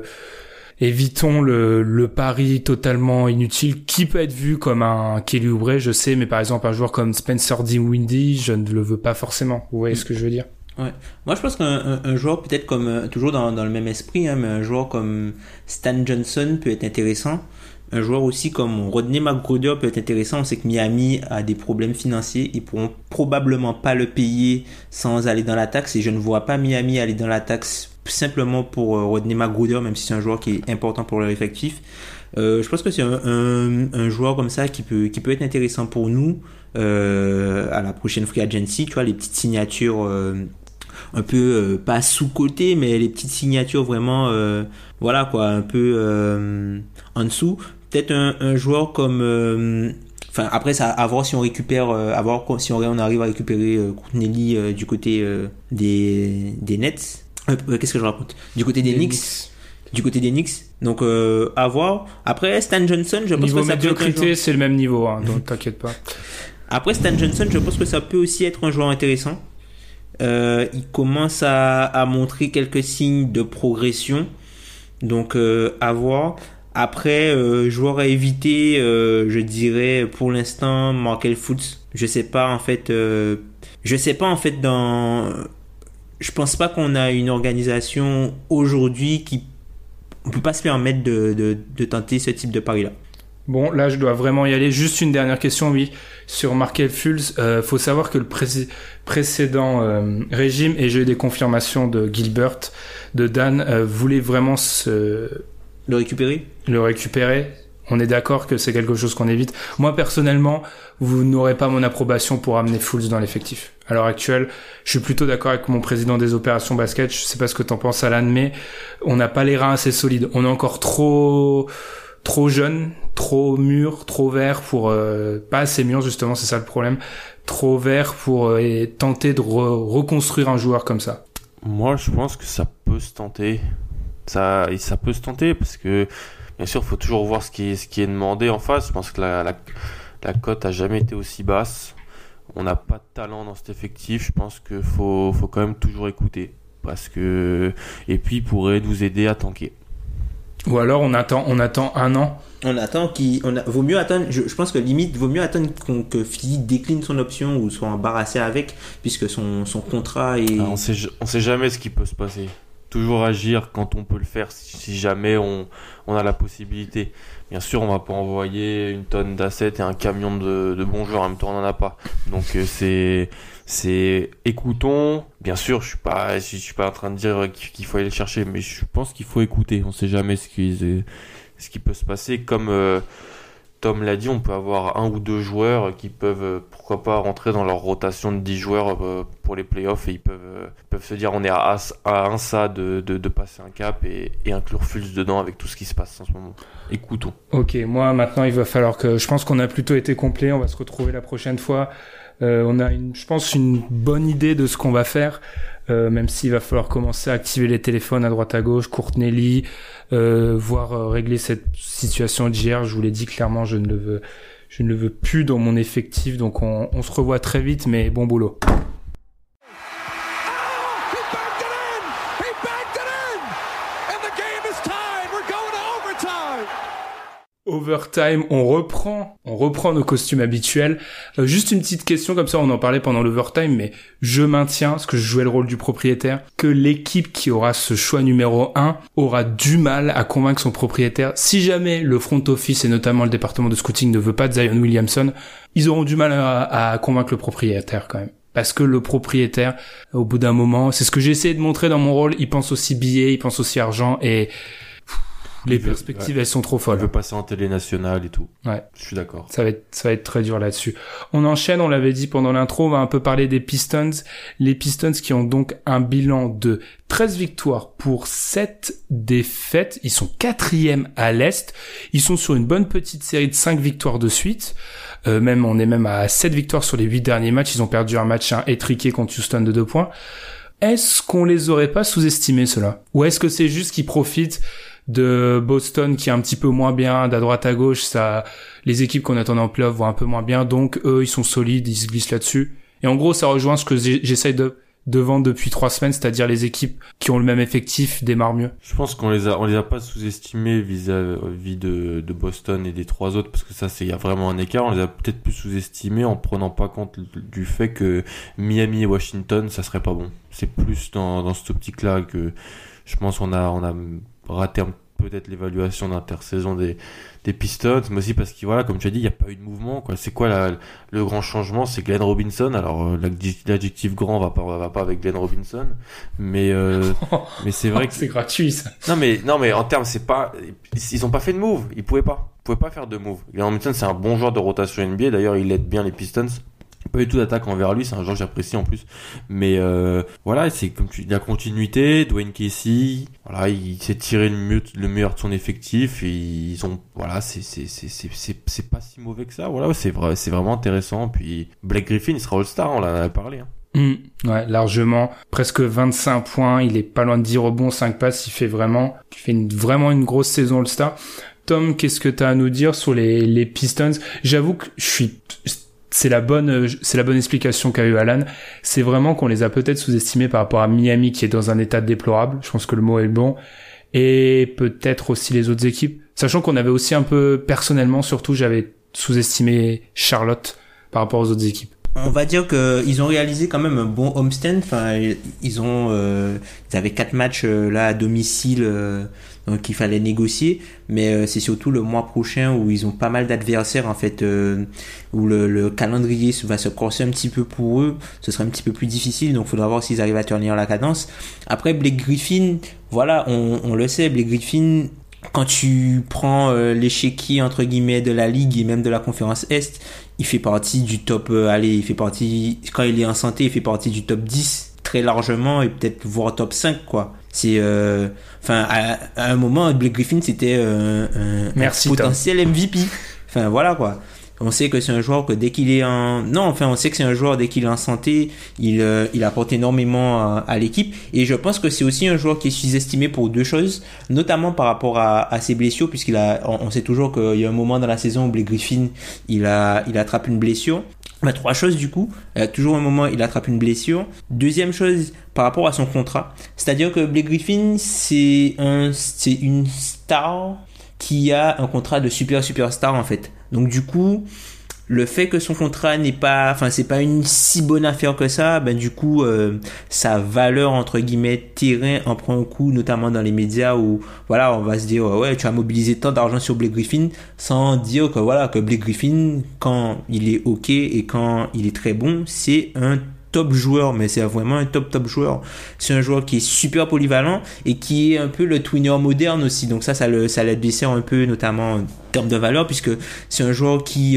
pari totalement inutile qui peut être vu comme un Kelly Oubre, je sais, mais par exemple un joueur comme Spencer Dinwiddie, je ne le veux pas forcément. Vous voyez ce que je veux dire? Ouais. Moi je pense qu'un joueur peut-être comme toujours dans le même esprit, hein, mais un joueur comme Stan Johnson peut être intéressant. Un joueur aussi comme Rodney McGruder peut être intéressant. On sait que Miami a des problèmes financiers. Ils pourront probablement pas le payer sans aller dans la taxe. Et je ne vois pas Miami aller dans la taxe simplement pour Rodney McGruder, même si c'est un joueur qui est important pour leur effectif. Je pense que c'est un joueur comme ça qui peut être intéressant pour nous à la prochaine free agency. Tu vois, les petites signatures un peu pas sous-côté, mais les petites signatures vraiment voilà quoi, un peu en dessous. Peut-être un joueur comme enfin après ça, à voir si on récupère si on arrive à récupérer Courtney du côté des Nets. Qu'est-ce que je raconte, du côté des Knicks. Du côté des Knicks, donc à voir. Après Stan Johnson, je pense que ça peut être un joueur... c'est le même niveau, hein, donc t'inquiète pas. Après Stan Johnson, je pense que ça peut aussi être un joueur intéressant. Il commence à montrer quelques signes de progression. Donc, à voir. Après, joueur à éviter, je dirais pour l'instant Markel Fultz. Je sais pas en fait je pense pas qu'on a une organisation aujourd'hui qui on peut pas se permettre de tenter ce type de pari là. Bon, là, je dois vraiment y aller. Juste une dernière question, oui, sur Markel Fultz. Faut savoir que le précédent régime, et j'ai eu des confirmations de Gilbert, de Dan, voulait vraiment Le récupérer. On est d'accord que c'est quelque chose qu'on évite. Moi, personnellement, vous n'aurez pas mon approbation pour amener Fultz dans l'effectif. À l'heure actuelle, je suis plutôt d'accord avec mon président des opérations basket. Je sais pas ce que t'en penses, Alan, mais on n'a pas les reins assez solides. On est encore trop jeune, trop mûr, trop vert pour pas assez mûr, justement, c'est ça le problème. Trop vert pour tenter de reconstruire un joueur comme ça. Moi, je pense que ça peut se tenter. Ça peut se tenter parce que bien sûr, il faut toujours voir ce qui est demandé en face. Je pense que la cote a jamais été aussi basse. On n'a pas de talent dans cet effectif. Je pense qu'il faut quand même toujours écouter parce que et puis il pourrait nous aider à tanker. Ou alors on attend un an. Vaut mieux attendre. Je pense que limite vaut mieux attendre que Philly décline son option ou soit embarrassé avec, puisque son contrat est. On sait jamais ce qui peut se passer. Toujours agir quand on peut le faire si jamais on a la possibilité. Bien sûr, on va pas envoyer une tonne d'assets et un camion de bons joueurs en même temps, on en a pas. Donc c'est écoutons. Bien sûr, je suis pas en train de dire qu'il faut aller le chercher, mais je pense qu'il faut écouter. On sait jamais ce qui peut se passer. Comme Tom l'a dit, on peut avoir un ou deux joueurs qui peuvent, pourquoi pas, rentrer dans leur rotation de 10 joueurs pour les playoffs et ils peuvent se dire on est à un ça de passer un cap et inclure Fultz dedans avec tout ce qui se passe en ce moment. Écoutons. Ok, moi maintenant il va falloir que... Je pense qu'on a plutôt été complet, on va se retrouver la prochaine fois. On a je pense une bonne idée de ce qu'on va faire. Même s'il va falloir commencer à activer les téléphones à droite à gauche, Courtney Lee, voir régler cette situation d'hier. Je vous l'ai dit clairement, je ne le veux plus dans mon effectif, donc on se revoit très vite, mais bon boulot. Overtime, on reprend nos costumes habituels. Juste une petite question, comme ça on en parlait pendant l'overtime, mais je maintiens, parce que je jouais le rôle du propriétaire, que l'équipe qui aura ce choix numéro 1 aura du mal à convaincre son propriétaire. Si jamais le front office et notamment le département de scouting ne veut pas de Zion Williamson, ils auront du mal à convaincre le propriétaire quand même. Parce que le propriétaire, au bout d'un moment, c'est ce que j'ai essayé de montrer dans mon rôle, il pense aussi billets, il pense aussi argent et... Les perspectives, elles sont trop folles. Il veut passer en télé nationale et tout. Ouais. Je suis d'accord. Ça va être très dur là-dessus. On enchaîne, on l'avait dit pendant l'intro, on va un peu parler des Pistons. Les Pistons qui ont donc un bilan de 13 victoires pour 7 défaites. Ils sont 4e à l'Est. Ils sont sur une bonne petite série de 5 victoires de suite. On est même à 7 victoires sur les 8 derniers matchs. Ils ont perdu un match étriqué contre Houston de 2 points. Est-ce qu'on les aurait pas sous-estimés, ceux-là? Ou est-ce que c'est juste qu'ils profitent de Boston qui est un petit peu moins bien, d'à droite à gauche, les équipes qu'on attendait en playoff vont un peu moins bien, donc eux ils sont solides, ils se glissent là-dessus. Et en gros ça rejoint ce que j'essaye de vendre depuis 3 semaines, c'est-à-dire les équipes qui ont le même effectif démarrent mieux. Je pense qu'on les a pas sous-estimés vis-à-vis de Boston et des 3 autres, parce que ça il y a vraiment un écart. On les a peut-être plus sous-estimés en prenant pas compte du fait que Miami et Washington ça serait pas bon. C'est plus dans cette optique-là que je pense qu'on a raté peut-être l'évaluation d'intersaison des Pistons, mais aussi parce que voilà, comme tu as dit, il n'y a pas eu de mouvement, quoi. C'est quoi le grand changement? C'est Glenn Robinson. Alors l'adjectif grand va pas avec Glenn Robinson, mais c'est vrai que c'est gratuit ça. Non mais en termes, ils ont pas fait de move, ils pouvaient pas faire de move. Glenn Robinson c'est un bon joueur de rotation NBA, d'ailleurs il aide bien les Pistons. Pas du tout d'attaque envers lui, c'est un joueur que j'apprécie en plus. Mais voilà, c'est comme la continuité. Dwayne Casey, voilà, il s'est tiré le meilleur de son effectif. Et ils ont, voilà, c'est pas si mauvais que ça. Voilà, c'est vraiment intéressant. Puis Blake Griffin, il sera All-Star, on en a parlé. Hein. Ouais, largement, presque 25 points. Il est pas loin de 10 rebonds, 5 passes. Il fait vraiment une grosse saison All-Star. Tom, qu'est-ce que t'as à nous dire sur les Pistons? J'avoue que je suis c'est la bonne explication qu'a eu Alan. C'est vraiment qu'on les a peut-être sous-estimés par rapport à Miami qui est dans un état déplorable. Je pense que le mot est bon. Et peut-être aussi les autres équipes. Sachant qu'on avait aussi un peu, personnellement, surtout, j'avais sous-estimé Charlotte par rapport aux autres équipes. On va dire que ils ont réalisé quand même un bon homestand. Enfin, ils avaient 4 matchs là à domicile, donc il fallait négocier. Mais c'est surtout le mois prochain où ils ont pas mal d'adversaires en fait, où le calendrier va se corser un petit peu pour eux. Ce sera un petit peu plus difficile, donc faudra voir s'ils arrivent à tenir la cadence. Après Blake Griffin, voilà, on le sait, Blake Griffin. Quand tu prends l'échiquier entre guillemets de la ligue et même de la conférence Est, il fait partie du top, quand il est en santé, il fait partie du top 10 très largement et peut-être voire top 5 quoi. C'est à un moment Blake Griffin c'était un potentiel Tom. MVP. Enfin voilà quoi. On sait que c'est un joueur que dès qu'il est on sait que c'est un joueur dès qu'il est en santé, il apporte énormément à l'équipe et je pense que c'est aussi un joueur qui est sous-estimé pour 2 choses, notamment par rapport à ses blessures on sait toujours qu'il y a un moment dans la saison où Blake Griffin, il attrape une blessure. 3 choses du coup, toujours un moment il attrape une blessure. Deuxième chose par rapport à son contrat, c'est-à-dire que Blake Griffin c'est une star qui a un contrat de superstar en fait. Donc du coup, le fait que son contrat c'est pas une si bonne affaire que ça, du coup sa valeur entre guillemets terrain en prend un coup, notamment dans les médias où voilà, on va se dire ouais, tu as mobilisé tant d'argent sur Blake Griffin sans dire que Blake Griffin quand il est OK et quand il est très bon, c'est un top joueur, mais c'est vraiment un top joueur. C'est un joueur qui est super polyvalent et qui est un peu le twinner moderne aussi. Donc ça le dessert un peu, notamment en termes de valeur, puisque c'est un joueur qui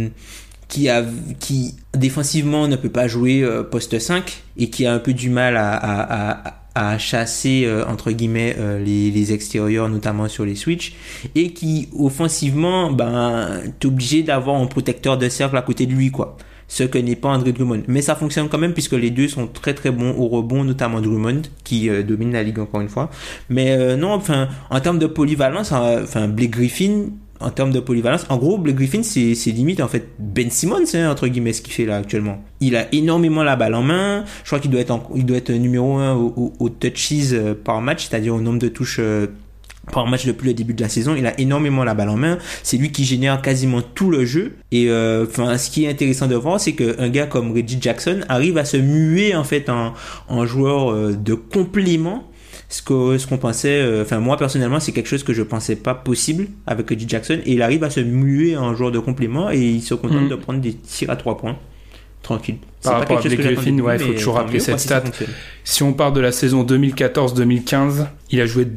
défensivement ne peut pas jouer poste 5 et qui a un peu du mal à chasser entre guillemets les extérieurs, notamment sur les switches, et qui offensivement t'es obligé d'avoir un protecteur de cercle à côté de lui quoi. Ce que n'est pas André Drummond. Mais ça fonctionne quand même puisque les deux sont très très bons au rebond, notamment Drummond qui domine la ligue encore une fois. Mais en termes de polyvalence, Blake Griffin, en termes de polyvalence, en gros Blake Griffin c'est limite en fait Ben Simmons entre guillemets ce qu'il fait là actuellement. Il a énormément la balle en main. Je crois qu'il doit être numéro 1 au touches par match, c'est-à-dire au nombre de touches par match depuis le début de la saison. Il a énormément la balle en main, c'est lui qui génère quasiment tout le jeu et ce qui est intéressant de voir, c'est qu'un gars comme Reggie Jackson arrive à se muer en fait en joueur de complément, ce qu'on pensait, moi personnellement c'est quelque chose que je pensais pas possible avec Reggie Jackson, et il arrive à se muer en joueur de complément et il se contente de prendre des tirs à 3 points tranquille. Par rapport à Blake Griffin, il faut toujours rappeler cette stat. Si on part de la saison 2014-2015, il a joué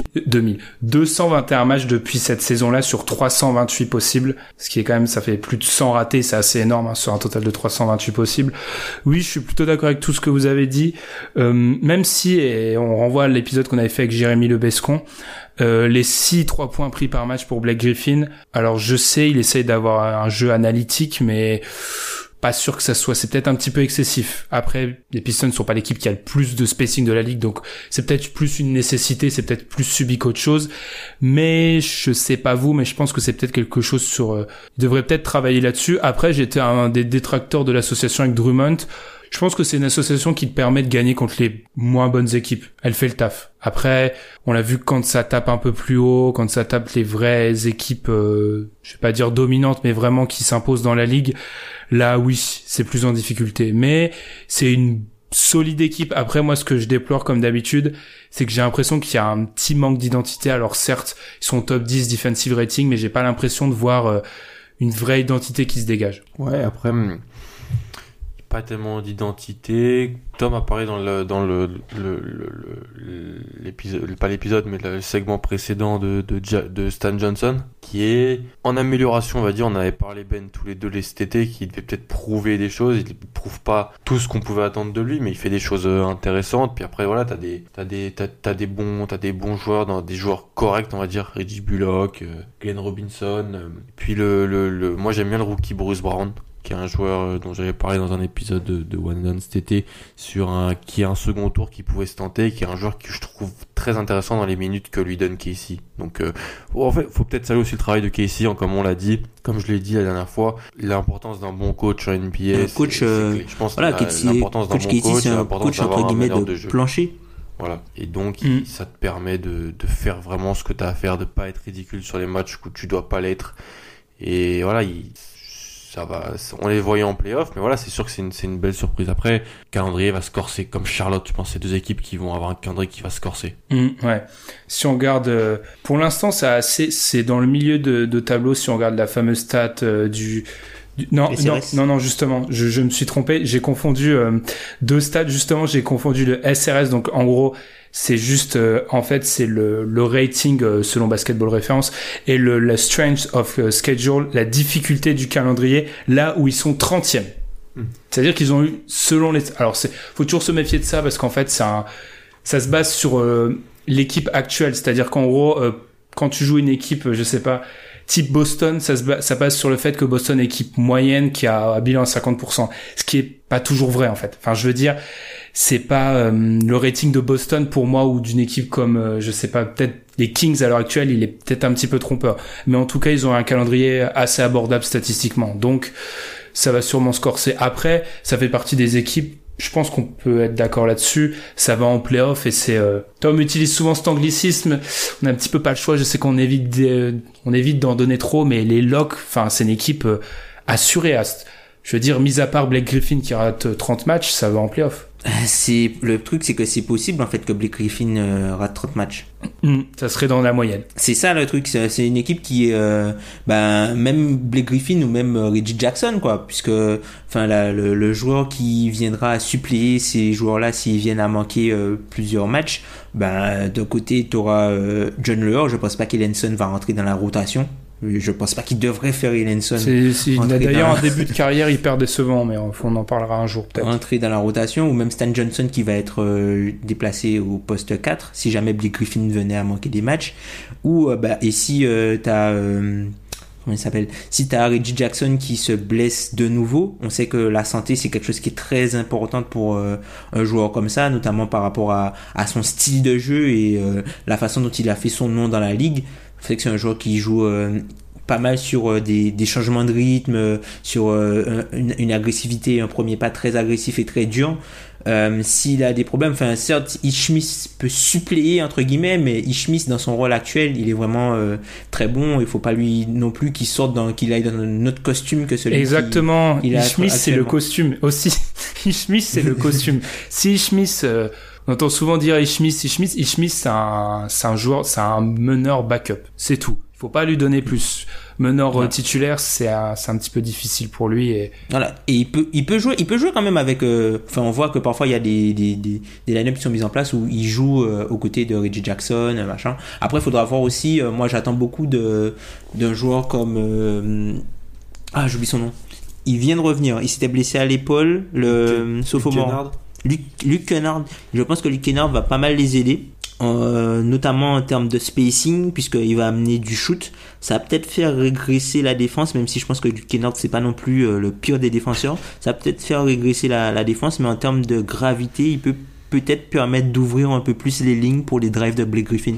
221 matchs depuis cette saison-là sur 328 possibles, ce qui est quand même, ça fait plus de 100 ratés, c'est assez énorme sur un total de 328 possibles. Oui, je suis plutôt d'accord avec tout ce que vous avez dit, même si, et on renvoie à l'épisode qu'on avait fait avec Jérémy Lebescon, les 6 3 points pris par match pour Blake Griffin. Alors je sais, il essaye d'avoir un jeu analytique, mais pas sûr que c'est peut-être un petit peu excessif. Après, les Pistons ne sont pas l'équipe qui a le plus de spacing de la ligue, donc c'est peut-être plus une nécessité, c'est peut-être plus subi qu'autre chose. Mais je sais pas vous, mais je pense que c'est peut-être quelque chose il devrait peut-être travailler là-dessus. Après, j'étais un des détracteurs de l'association avec Drummond. Je pense que c'est une association qui te permet de gagner contre les moins bonnes équipes. Elle fait le taf. Après, on l'a vu quand ça tape un peu plus haut, quand ça tape les vraies équipes, je vais pas dire dominantes, mais vraiment qui s'imposent dans la ligue. Là, oui, c'est plus en difficulté. Mais c'est une solide équipe. Après, moi, ce que je déplore comme d'habitude, c'est que j'ai l'impression qu'il y a un petit manque d'identité. Alors certes, ils sont top 10 defensive rating, mais j'ai pas l'impression de voir une vraie identité qui se dégage. Ouais, après... pas tellement d'identité. Tom a parlé dans l'épisode, pas l'épisode, mais le segment précédent de Stan Johnson, qui est en amélioration, on va dire. On avait parlé tous les deux cet été, qui devait peut-être prouver des choses. Il prouve pas tout ce qu'on pouvait attendre de lui, mais il fait des choses intéressantes. Puis après, voilà, t'as des bons joueurs, des joueurs corrects, on va dire. Reggie Bullock, Glenn Robinson. Puis moi j'aime bien le rookie Bruce Brown. qui est un joueur dont j'avais parlé dans un épisode de One Down cet été, qui a un second tour qui pouvait se tenter, qui est un joueur que je trouve très intéressant dans les minutes que lui donne Casey. Donc, en fait, faut peut-être saluer aussi le travail de Casey, comme on l'a dit, comme je l'ai dit la dernière fois, l'importance d'un bon coach en NBA. Je pense l'importance d'un bon coach, c'est un coach entre guillemets de plancher. Voilà. Et donc, ça te permet de faire vraiment ce que tu as à faire, de pas être ridicule sur les matchs où tu dois pas l'être. Et voilà, ça va, on les voyait en play-off, mais voilà, c'est sûr que c'est une belle surprise. Après, le calendrier va se corser, comme Charlotte, je pense, c'est deux équipes qui vont avoir un calendrier qui va se corser. Ouais. Si on regarde, pour l'instant, c'est dans le milieu de tableau, si on regarde la fameuse stat non, justement, je me suis trompé, j'ai confondu deux stats, justement, j'ai confondu le SRS, donc en gros, c'est juste, en fait, c'est le rating selon Basketball Reference et le strength of schedule, la difficulté du calendrier, là où ils sont 30e. C'est-à-dire qu'ils ont eu, selon les... Alors, faut toujours se méfier de ça parce qu'en fait, ça se base sur l'équipe actuelle, c'est-à-dire qu'en gros, quand tu joues une équipe, je sais pas, type Boston, ça passe sur le fait que Boston est équipe moyenne qui a un bilan à 50%, ce qui est pas toujours vrai en fait. Enfin, je veux dire, c'est pas le rating de Boston pour moi ou d'une équipe comme je sais pas, peut-être les Kings à l'heure actuelle, il est peut-être un petit peu trompeur. Mais en tout cas, ils ont un calendrier assez abordable statistiquement. Donc ça va sûrement se corser. Après, ça fait partie des équipes, je pense qu'on peut être d'accord là-dessus. Ça va en play-off et c'est... Tom utilise souvent cet anglicisme. On a un petit peu pas le choix. Je sais qu'on évite d'en donner trop, mais les Locks, enfin, c'est une équipe assurée. Je veux dire, mis à part Blake Griffin qui rate 30 matchs, ça va en play-off. Le truc, c'est que c'est possible en fait que Blake Griffin rate 30 matchs. Ça serait dans la moyenne. C'est ça le truc, c'est une équipe qui même Blake Griffin ou même Reggie Jackson quoi, puisque enfin le joueur qui viendra suppléer ces joueurs-là s'ils viennent à manquer plusieurs matchs, d'un côté tu auras John Lehrer, je pense pas qu'Elenson va rentrer dans la rotation. Je pense pas qu'il devrait faire Elenson. Il a d'ailleurs un début de carrière hyper décevant, mais on en parlera un jour peut-être. Rentrer dans la rotation, ou même Stan Johnson qui va être déplacé au poste 4 si jamais Blake Griffin venait à manquer des matchs. Ou et si t'as comment il s'appelle, si t'as Reggie Jackson qui se blesse de nouveau, on sait que la santé c'est quelque chose qui est très important pour un joueur comme ça, notamment par rapport à son style de jeu et la façon dont il a fait son nom dans la ligue. Fait que c'est un joueur qui joue pas mal sur des changements de rythme, sur une agressivité, un premier pas très agressif et très dur. S'il a des problèmes, enfin certes, Ish peut suppléer entre guillemets, mais Ish dans son rôle actuel, il est vraiment très bon. Il faut pas lui non plus qu'il aille dans un autre costume que celui. Exactement. Ish c'est le costume aussi. Ish c'est le costume. Si Ish on entend souvent dire Ish c'est un joueur, c'est un meneur backup, c'est tout. Il faut pas lui donner plus. Meneur titulaire, c'est un petit peu difficile pour lui et voilà. Et il peut jouer quand même avec on voit que parfois il y a des line-up qui sont mises en place où il joue aux côtés de Reggie Jackson, machin. Après il faudra voir aussi, moi j'attends beaucoup d'un joueur comme j'oublie son nom. Il vient de revenir, il s'était blessé à l'épaule, le sophomore. Luke Kennard, je pense que Luke Kennard va pas mal les aider, notamment en termes de spacing, puisqu'il va amener du shoot. Ça va peut-être faire régresser la défense, même si je pense que Luke Kennard c'est pas non plus le pire des défenseurs. Ça va peut-être faire régresser la défense, mais en termes de gravité, il peut peut-être permettre d'ouvrir un peu plus les lignes pour les drives de Blake Griffin.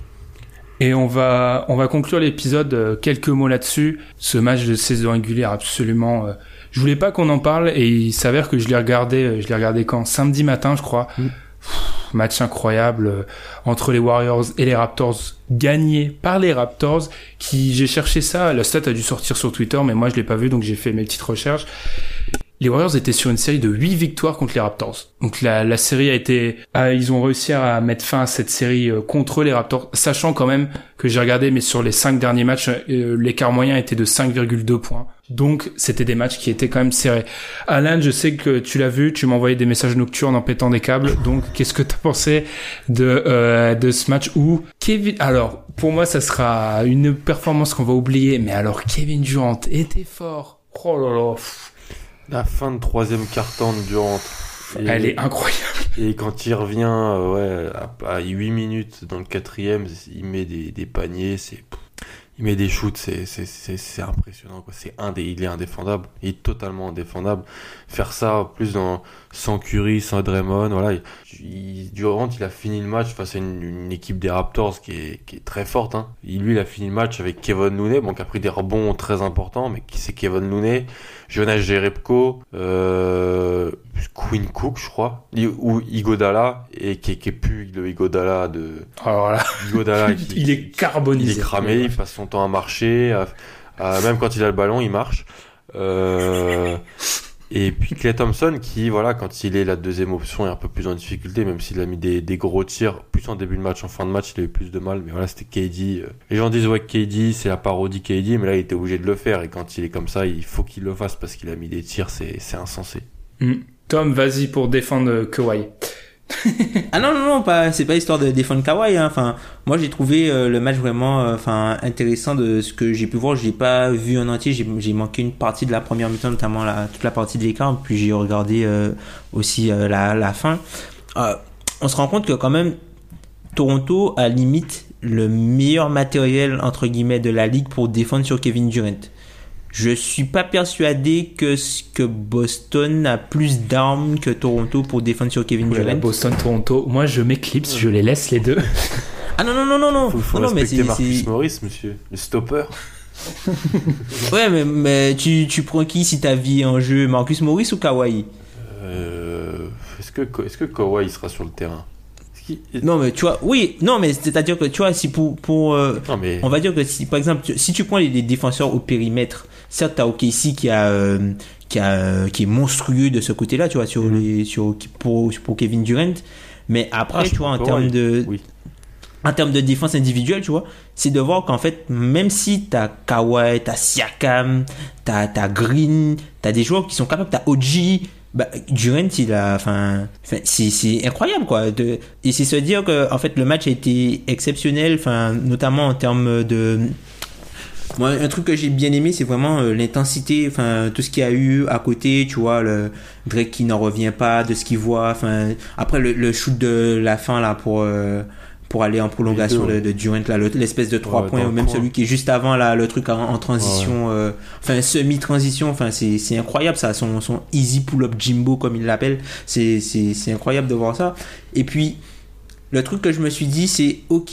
Et on va conclure l'épisode, quelques mots là-dessus. Ce match de saison régulière absolument... je voulais pas qu'on en parle et il s'avère que je l'ai regardé quand ? Samedi matin, je crois. Match incroyable entre les Warriors et les Raptors, gagné par les Raptors, j'ai cherché ça, la stat a dû sortir sur Twitter, mais moi je l'ai pas vu, donc j'ai fait mes petites recherches. Les Warriors étaient sur une série de 8 victoires contre les Raptors. Donc la série ils ont réussi à mettre fin à cette série contre les Raptors, sachant quand même que j'ai regardé, mais sur les 5 derniers matchs, l'écart moyen était de 5,2 points. Donc c'était des matchs qui étaient quand même serrés. Alan, je sais que tu l'as vu, tu m'as envoyé des messages nocturnes en pétant des câbles. Donc qu'est-ce que t'as pensé de ce match où Kevin... Alors pour moi ça sera une performance qu'on va oublier, mais alors Kevin Durant était fort. Oh là là. La fin de troisième quart-temps de Durant. Elle est incroyable. Et quand il revient à 8 minutes dans le quatrième, il met des paniers. Il met des shoots, c'est impressionnant, quoi. Il est indéfendable. Il est totalement indéfendable. Faire ça, plus sans Curry, sans Draymond, voilà. Durant, il a fini le match face à une équipe des Raptors qui est très forte, hein. Il a fini le match avec Kevin Looney, bon, qui a pris des rebonds très importants, mais qui c'est Kevin Looney, Jonas Jerebko, Quinn Cook, je crois, ou Iguodala, et qui est plus le Iguodala de... Alors là, Iguodala, il est carbonisé. Il est cramé, il passe son temps à marcher, même quand il a le ballon, il marche. Et puis Klay Thompson qui, voilà, quand il est la deuxième option, est un peu plus en difficulté, même s'il a mis des gros tirs, plus en début de match, en fin de match, il a eu plus de mal, mais voilà, c'était KD. Les gens disent, ouais, KD, c'est la parodie KD, mais là, il était obligé de le faire, et quand il est comme ça, il faut qu'il le fasse, parce qu'il a mis des tirs, c'est insensé. Tom, vas-y pour défendre Kawhi. Ah non, c'est pas histoire de défendre Kawhi, hein. Enfin, moi j'ai trouvé le match vraiment intéressant de ce que j'ai pu voir. J'ai pas vu en entier, j'ai manqué une partie de la première mi-temps, notamment toute la partie de l'écart, puis j'ai regardé aussi la fin. On se rend compte que quand même Toronto a limite le meilleur matériel entre guillemets de la ligue pour défendre sur Kevin Durant. Je suis pas persuadé que Boston a plus d'armes que Toronto pour défendre sur Kevin Durant. Boston-Toronto, moi je m'éclipse, je les laisse les deux. Ah non. Faut non, respecter mais Marcus Morris, monsieur, le stopper. Ouais, mais tu prends qui si ta vie est en jeu, Marcus Morris ou Kawhi? Est-ce que Kawhi il sera sur le terrain? Non mais tu vois, oui, non mais c'est-à-dire que tu vois, si pour non, mais... on va dire que si par exemple si tu prends les défenseurs au périmètre, certes t'as OKC qui est monstrueux de ce côté-là, tu vois, pour Kevin Durant, mais après tu vois en termes de défense individuelle, tu vois, c'est de voir qu'en fait même si t'as Kawhi, t'as Siakam, t'as Green, t'as des joueurs qui sont capables, t'as OG. Durant, c'est incroyable, quoi. Et c'est se dire que, en fait, le match a été exceptionnel, notamment en termes de. Moi, un truc que j'ai bien aimé, c'est vraiment l'intensité, tout ce qu'il y a eu à côté, tu vois, le Drake qui n'en revient pas de ce qu'il voit, après le shoot de la fin, là, pour aller en prolongation de Durant, là, l'espèce de 3 points, ou même celui qui est juste avant, là, le truc en transition, semi-transition, c'est incroyable, ça, son easy pull-up Jimbo, comme il l'appelle, c'est incroyable de voir ça. Et puis, le truc que je me suis dit, c'est, ok,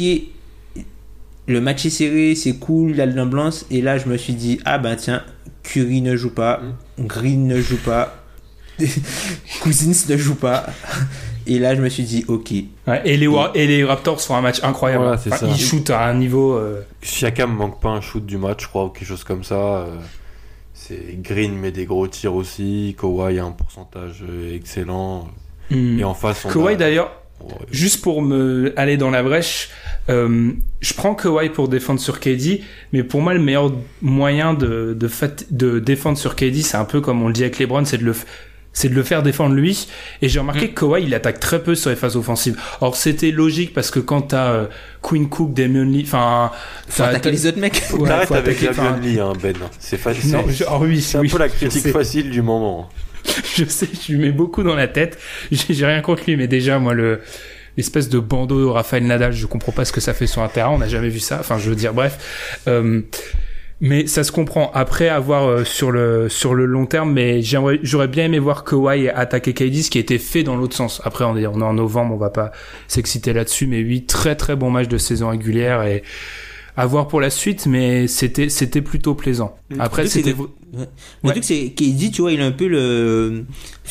le match est serré, c'est cool, il y a de l'ambiance, et là, je me suis dit, tiens, Curry ne joue pas, Green ne joue pas, Cousins ne joue pas. Et là, je me suis dit, ok. Ouais, et les Raptors font un match incroyable. Voilà, ils shootent à un niveau. Siakam manque pas un shoot du match, je crois, ou quelque chose comme ça. C'est Green met des gros tirs aussi. Kawhi a un pourcentage excellent. Et en face, Kawhi d'ailleurs, juste pour me aller dans la brèche, je prends Kawhi pour défendre sur KD, mais pour moi, le meilleur moyen de défendre sur KD, c'est un peu comme on le dit avec LeBron, c'est de le faire défendre lui. Et j'ai remarqué que Kawhi, il attaque très peu sur les phases offensives. Or, c'était logique parce que quand t'as Quinn Cook, Damian Lee, faut attaquer les autres mecs. Faut t'arrêter avec Damian Lee, Ben. C'est facile. Non, c'est un peu la critique facile du moment. Je sais, je lui mets beaucoup dans la tête. J'ai rien contre lui, mais déjà, moi, l'espèce de bandeau de Rafael Nadal, je comprends pas ce que ça fait sur un terrain. On n'a jamais vu ça. Enfin, je veux dire, bref. Mais ça se comprend. Après avoir sur le long terme, mais j'aurais bien aimé voir Kawhi attaquer KD, ce qui a été fait dans l'autre sens. Après, on est en novembre, on va pas s'exciter là-dessus, mais oui, très très bon match de saison régulière et à voir pour la suite, mais c'était plutôt plaisant. Après, c'était. Le truc, c'est KD, tu vois, il a un peu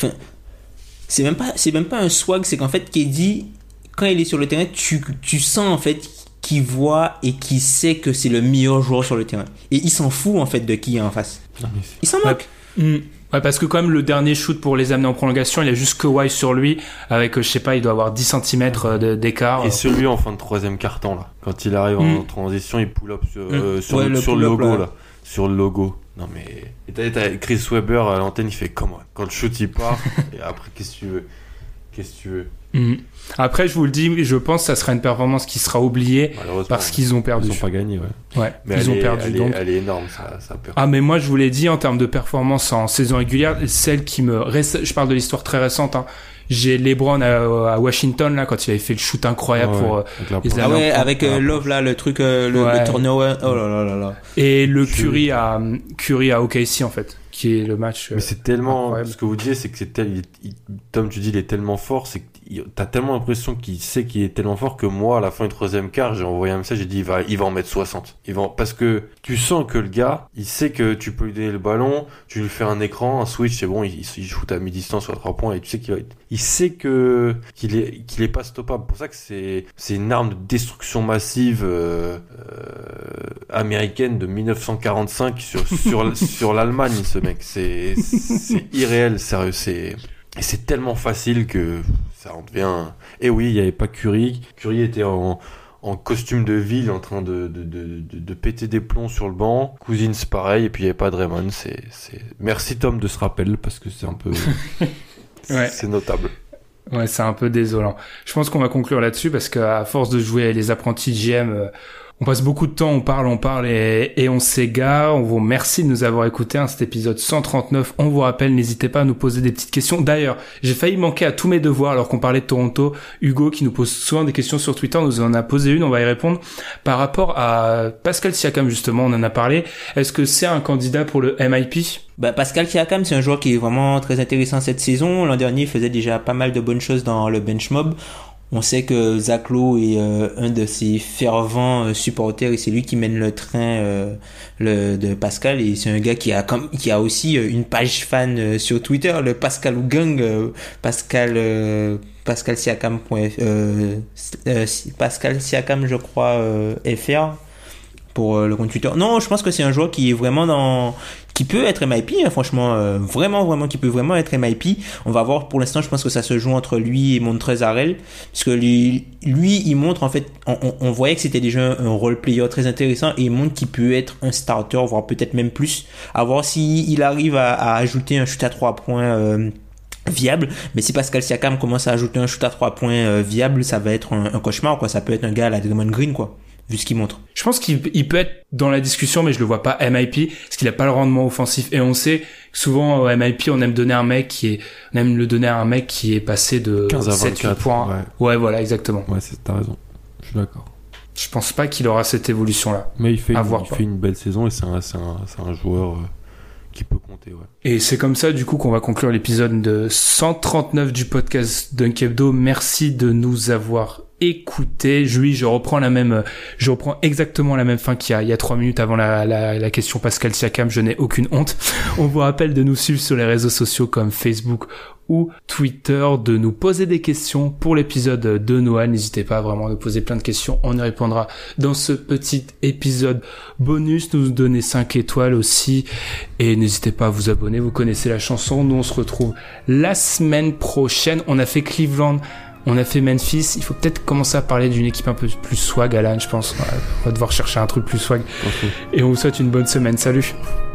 c'est même pas un swag, c'est qu'en fait, KD, quand il est sur le terrain, tu sens en fait qu'il voit et qu'il sait que c'est le meilleur joueur sur le terrain. Et il s'en fout en fait de qui est en face. Il s'en moque. Ouais, parce que quand même le dernier shoot pour les amener en prolongation, il a juste Kawhi sur lui avec, je sais pas, il doit avoir 10 cm d'écart. Et celui en fin de troisième quart-temps là, quand il arrive en transition, il pull up sur le logo là. Sur le logo. Non mais t'as Chris Webber à l'antenne, il fait comment quand le shoot il part et après qu'est-ce que tu veux Après, je vous le dis, je pense que ça sera une performance qui sera oubliée parce qu'ils ont perdu. Ils ont pas gagné, ouais. Mais ils ont perdu. Elle est énorme, ça perd. Ah, mais moi, je vous l'ai dit, en termes de performance en saison régulière, celle qui me reste, je parle de l'histoire très récente, hein. J'ai LeBron à Washington, là, quand il avait fait le shoot incroyable pour les années avec Love, là, le truc, le turnover. Oh là là là. Et le Curry à OKC, en fait, qui est le match. Mais c'est tellement, incroyable. ce que vous disiez, c'est que Tom, tu dis, il est tellement fort, c'est que t'as tellement l'impression qu'il sait qu'il est tellement fort que moi, à la fin du troisième quart, j'ai envoyé un message, j'ai dit, il va en mettre 60. Parce que tu sens que le gars, il sait que tu peux lui donner le ballon, tu lui fais un écran, un switch, c'est bon, il shoot à mi-distance ou à 3 points, et tu sais il sait qu'il est pas stoppable. Pour ça que c'est une arme de destruction massive, américaine de 1945 sur l'Allemagne, ce mec. C'est irréel, sérieux, et c'est tellement facile que ça en devient... Et oui, il n'y avait pas Curry. Curry était en costume de ville, en train de péter des plombs sur le banc. Cousins, c'est pareil. Et puis, il n'y avait pas Draymond. Merci, Tom, de ce rappel, parce que c'est un peu... C'est notable. Ouais, c'est un peu désolant. Je pense qu'on va conclure là-dessus, parce qu'à force de jouer les apprentis GM... on passe beaucoup de temps, on parle et on s'égare. On vous remercie de nous avoir écoutés, hein, cet épisode 139. On vous rappelle, n'hésitez pas à nous poser des petites questions. D'ailleurs, j'ai failli manquer à tous mes devoirs alors qu'on parlait de Toronto. Hugo, qui nous pose souvent des questions sur Twitter, nous en a posé une, on va y répondre. Par rapport à Pascal Siakam, justement, on en a parlé. Est-ce que c'est un candidat pour le MIP? Pascal Siakam, c'est un joueur qui est vraiment très intéressant cette saison. L'an dernier, il faisait déjà pas mal de bonnes choses dans le bench mob. On sait que Zach Lowe est un de ses fervents supporters et c'est lui qui mène le train de Pascal, et c'est un gars qui a aussi une page fan sur Twitter, le Pascal Gang, Pascal Siakam Pascal Siakam, je crois, FR pour le compte Twitter. Non, je pense que c'est un joueur qui est vraiment qui peut être MIP, hein, franchement, vraiment, qui peut vraiment être MIP. On va voir. Pour l'instant, je pense que ça se joue entre lui et Montrezl Harrell, parce que lui, il montre, en fait, on voyait que c'était déjà un role player très intéressant, et il montre qu'il peut être un starter, voire peut-être même plus. À voir s'il arrive à ajouter un shoot à 3 points viable. Mais si Pascal Siakam commence à ajouter un shoot à 3 points viable, ça va être un cauchemar, quoi. Ça peut être un gars à la Draymond Green, quoi, vu ce qu'il montre. Je pense qu'il peut être dans la discussion, mais je le vois pas MIP, parce qu'il a pas le rendement offensif. Et on sait que souvent au MIP, on aime le donner à un mec qui est passé de 15 à 7, 8 points. Ouais, voilà, exactement. Ouais, t'as raison. Je suis d'accord. Je pense pas qu'il aura cette évolution-là. Mais il fait une belle saison, et c'est un joueur qui peut compter, ouais. Et c'est comme ça, du coup, qu'on va conclure l'épisode de 139 du podcast Dunk Hebdo. Merci de nous avoir écoutés. Je reprends exactement la même fin qu'il y a 3 minutes avant la question Pascal Siakam. Je n'ai aucune honte. On vous rappelle de nous suivre sur les réseaux sociaux comme Facebook ou Twitter, de nous poser des questions pour l'épisode de Noël. N'hésitez pas à vraiment nous poser plein de questions. On y répondra dans ce petit épisode bonus. Nous donner 5 étoiles aussi. Et n'hésitez pas à vous abonner. Vous connaissez la chanson. Nous, on se retrouve la semaine prochaine. On a fait Cleveland. On a fait Memphis. Il faut peut-être commencer à parler d'une équipe un peu plus swag, Alan, je pense. On va devoir chercher un truc plus swag. Okay. Et on vous souhaite une bonne semaine. Salut.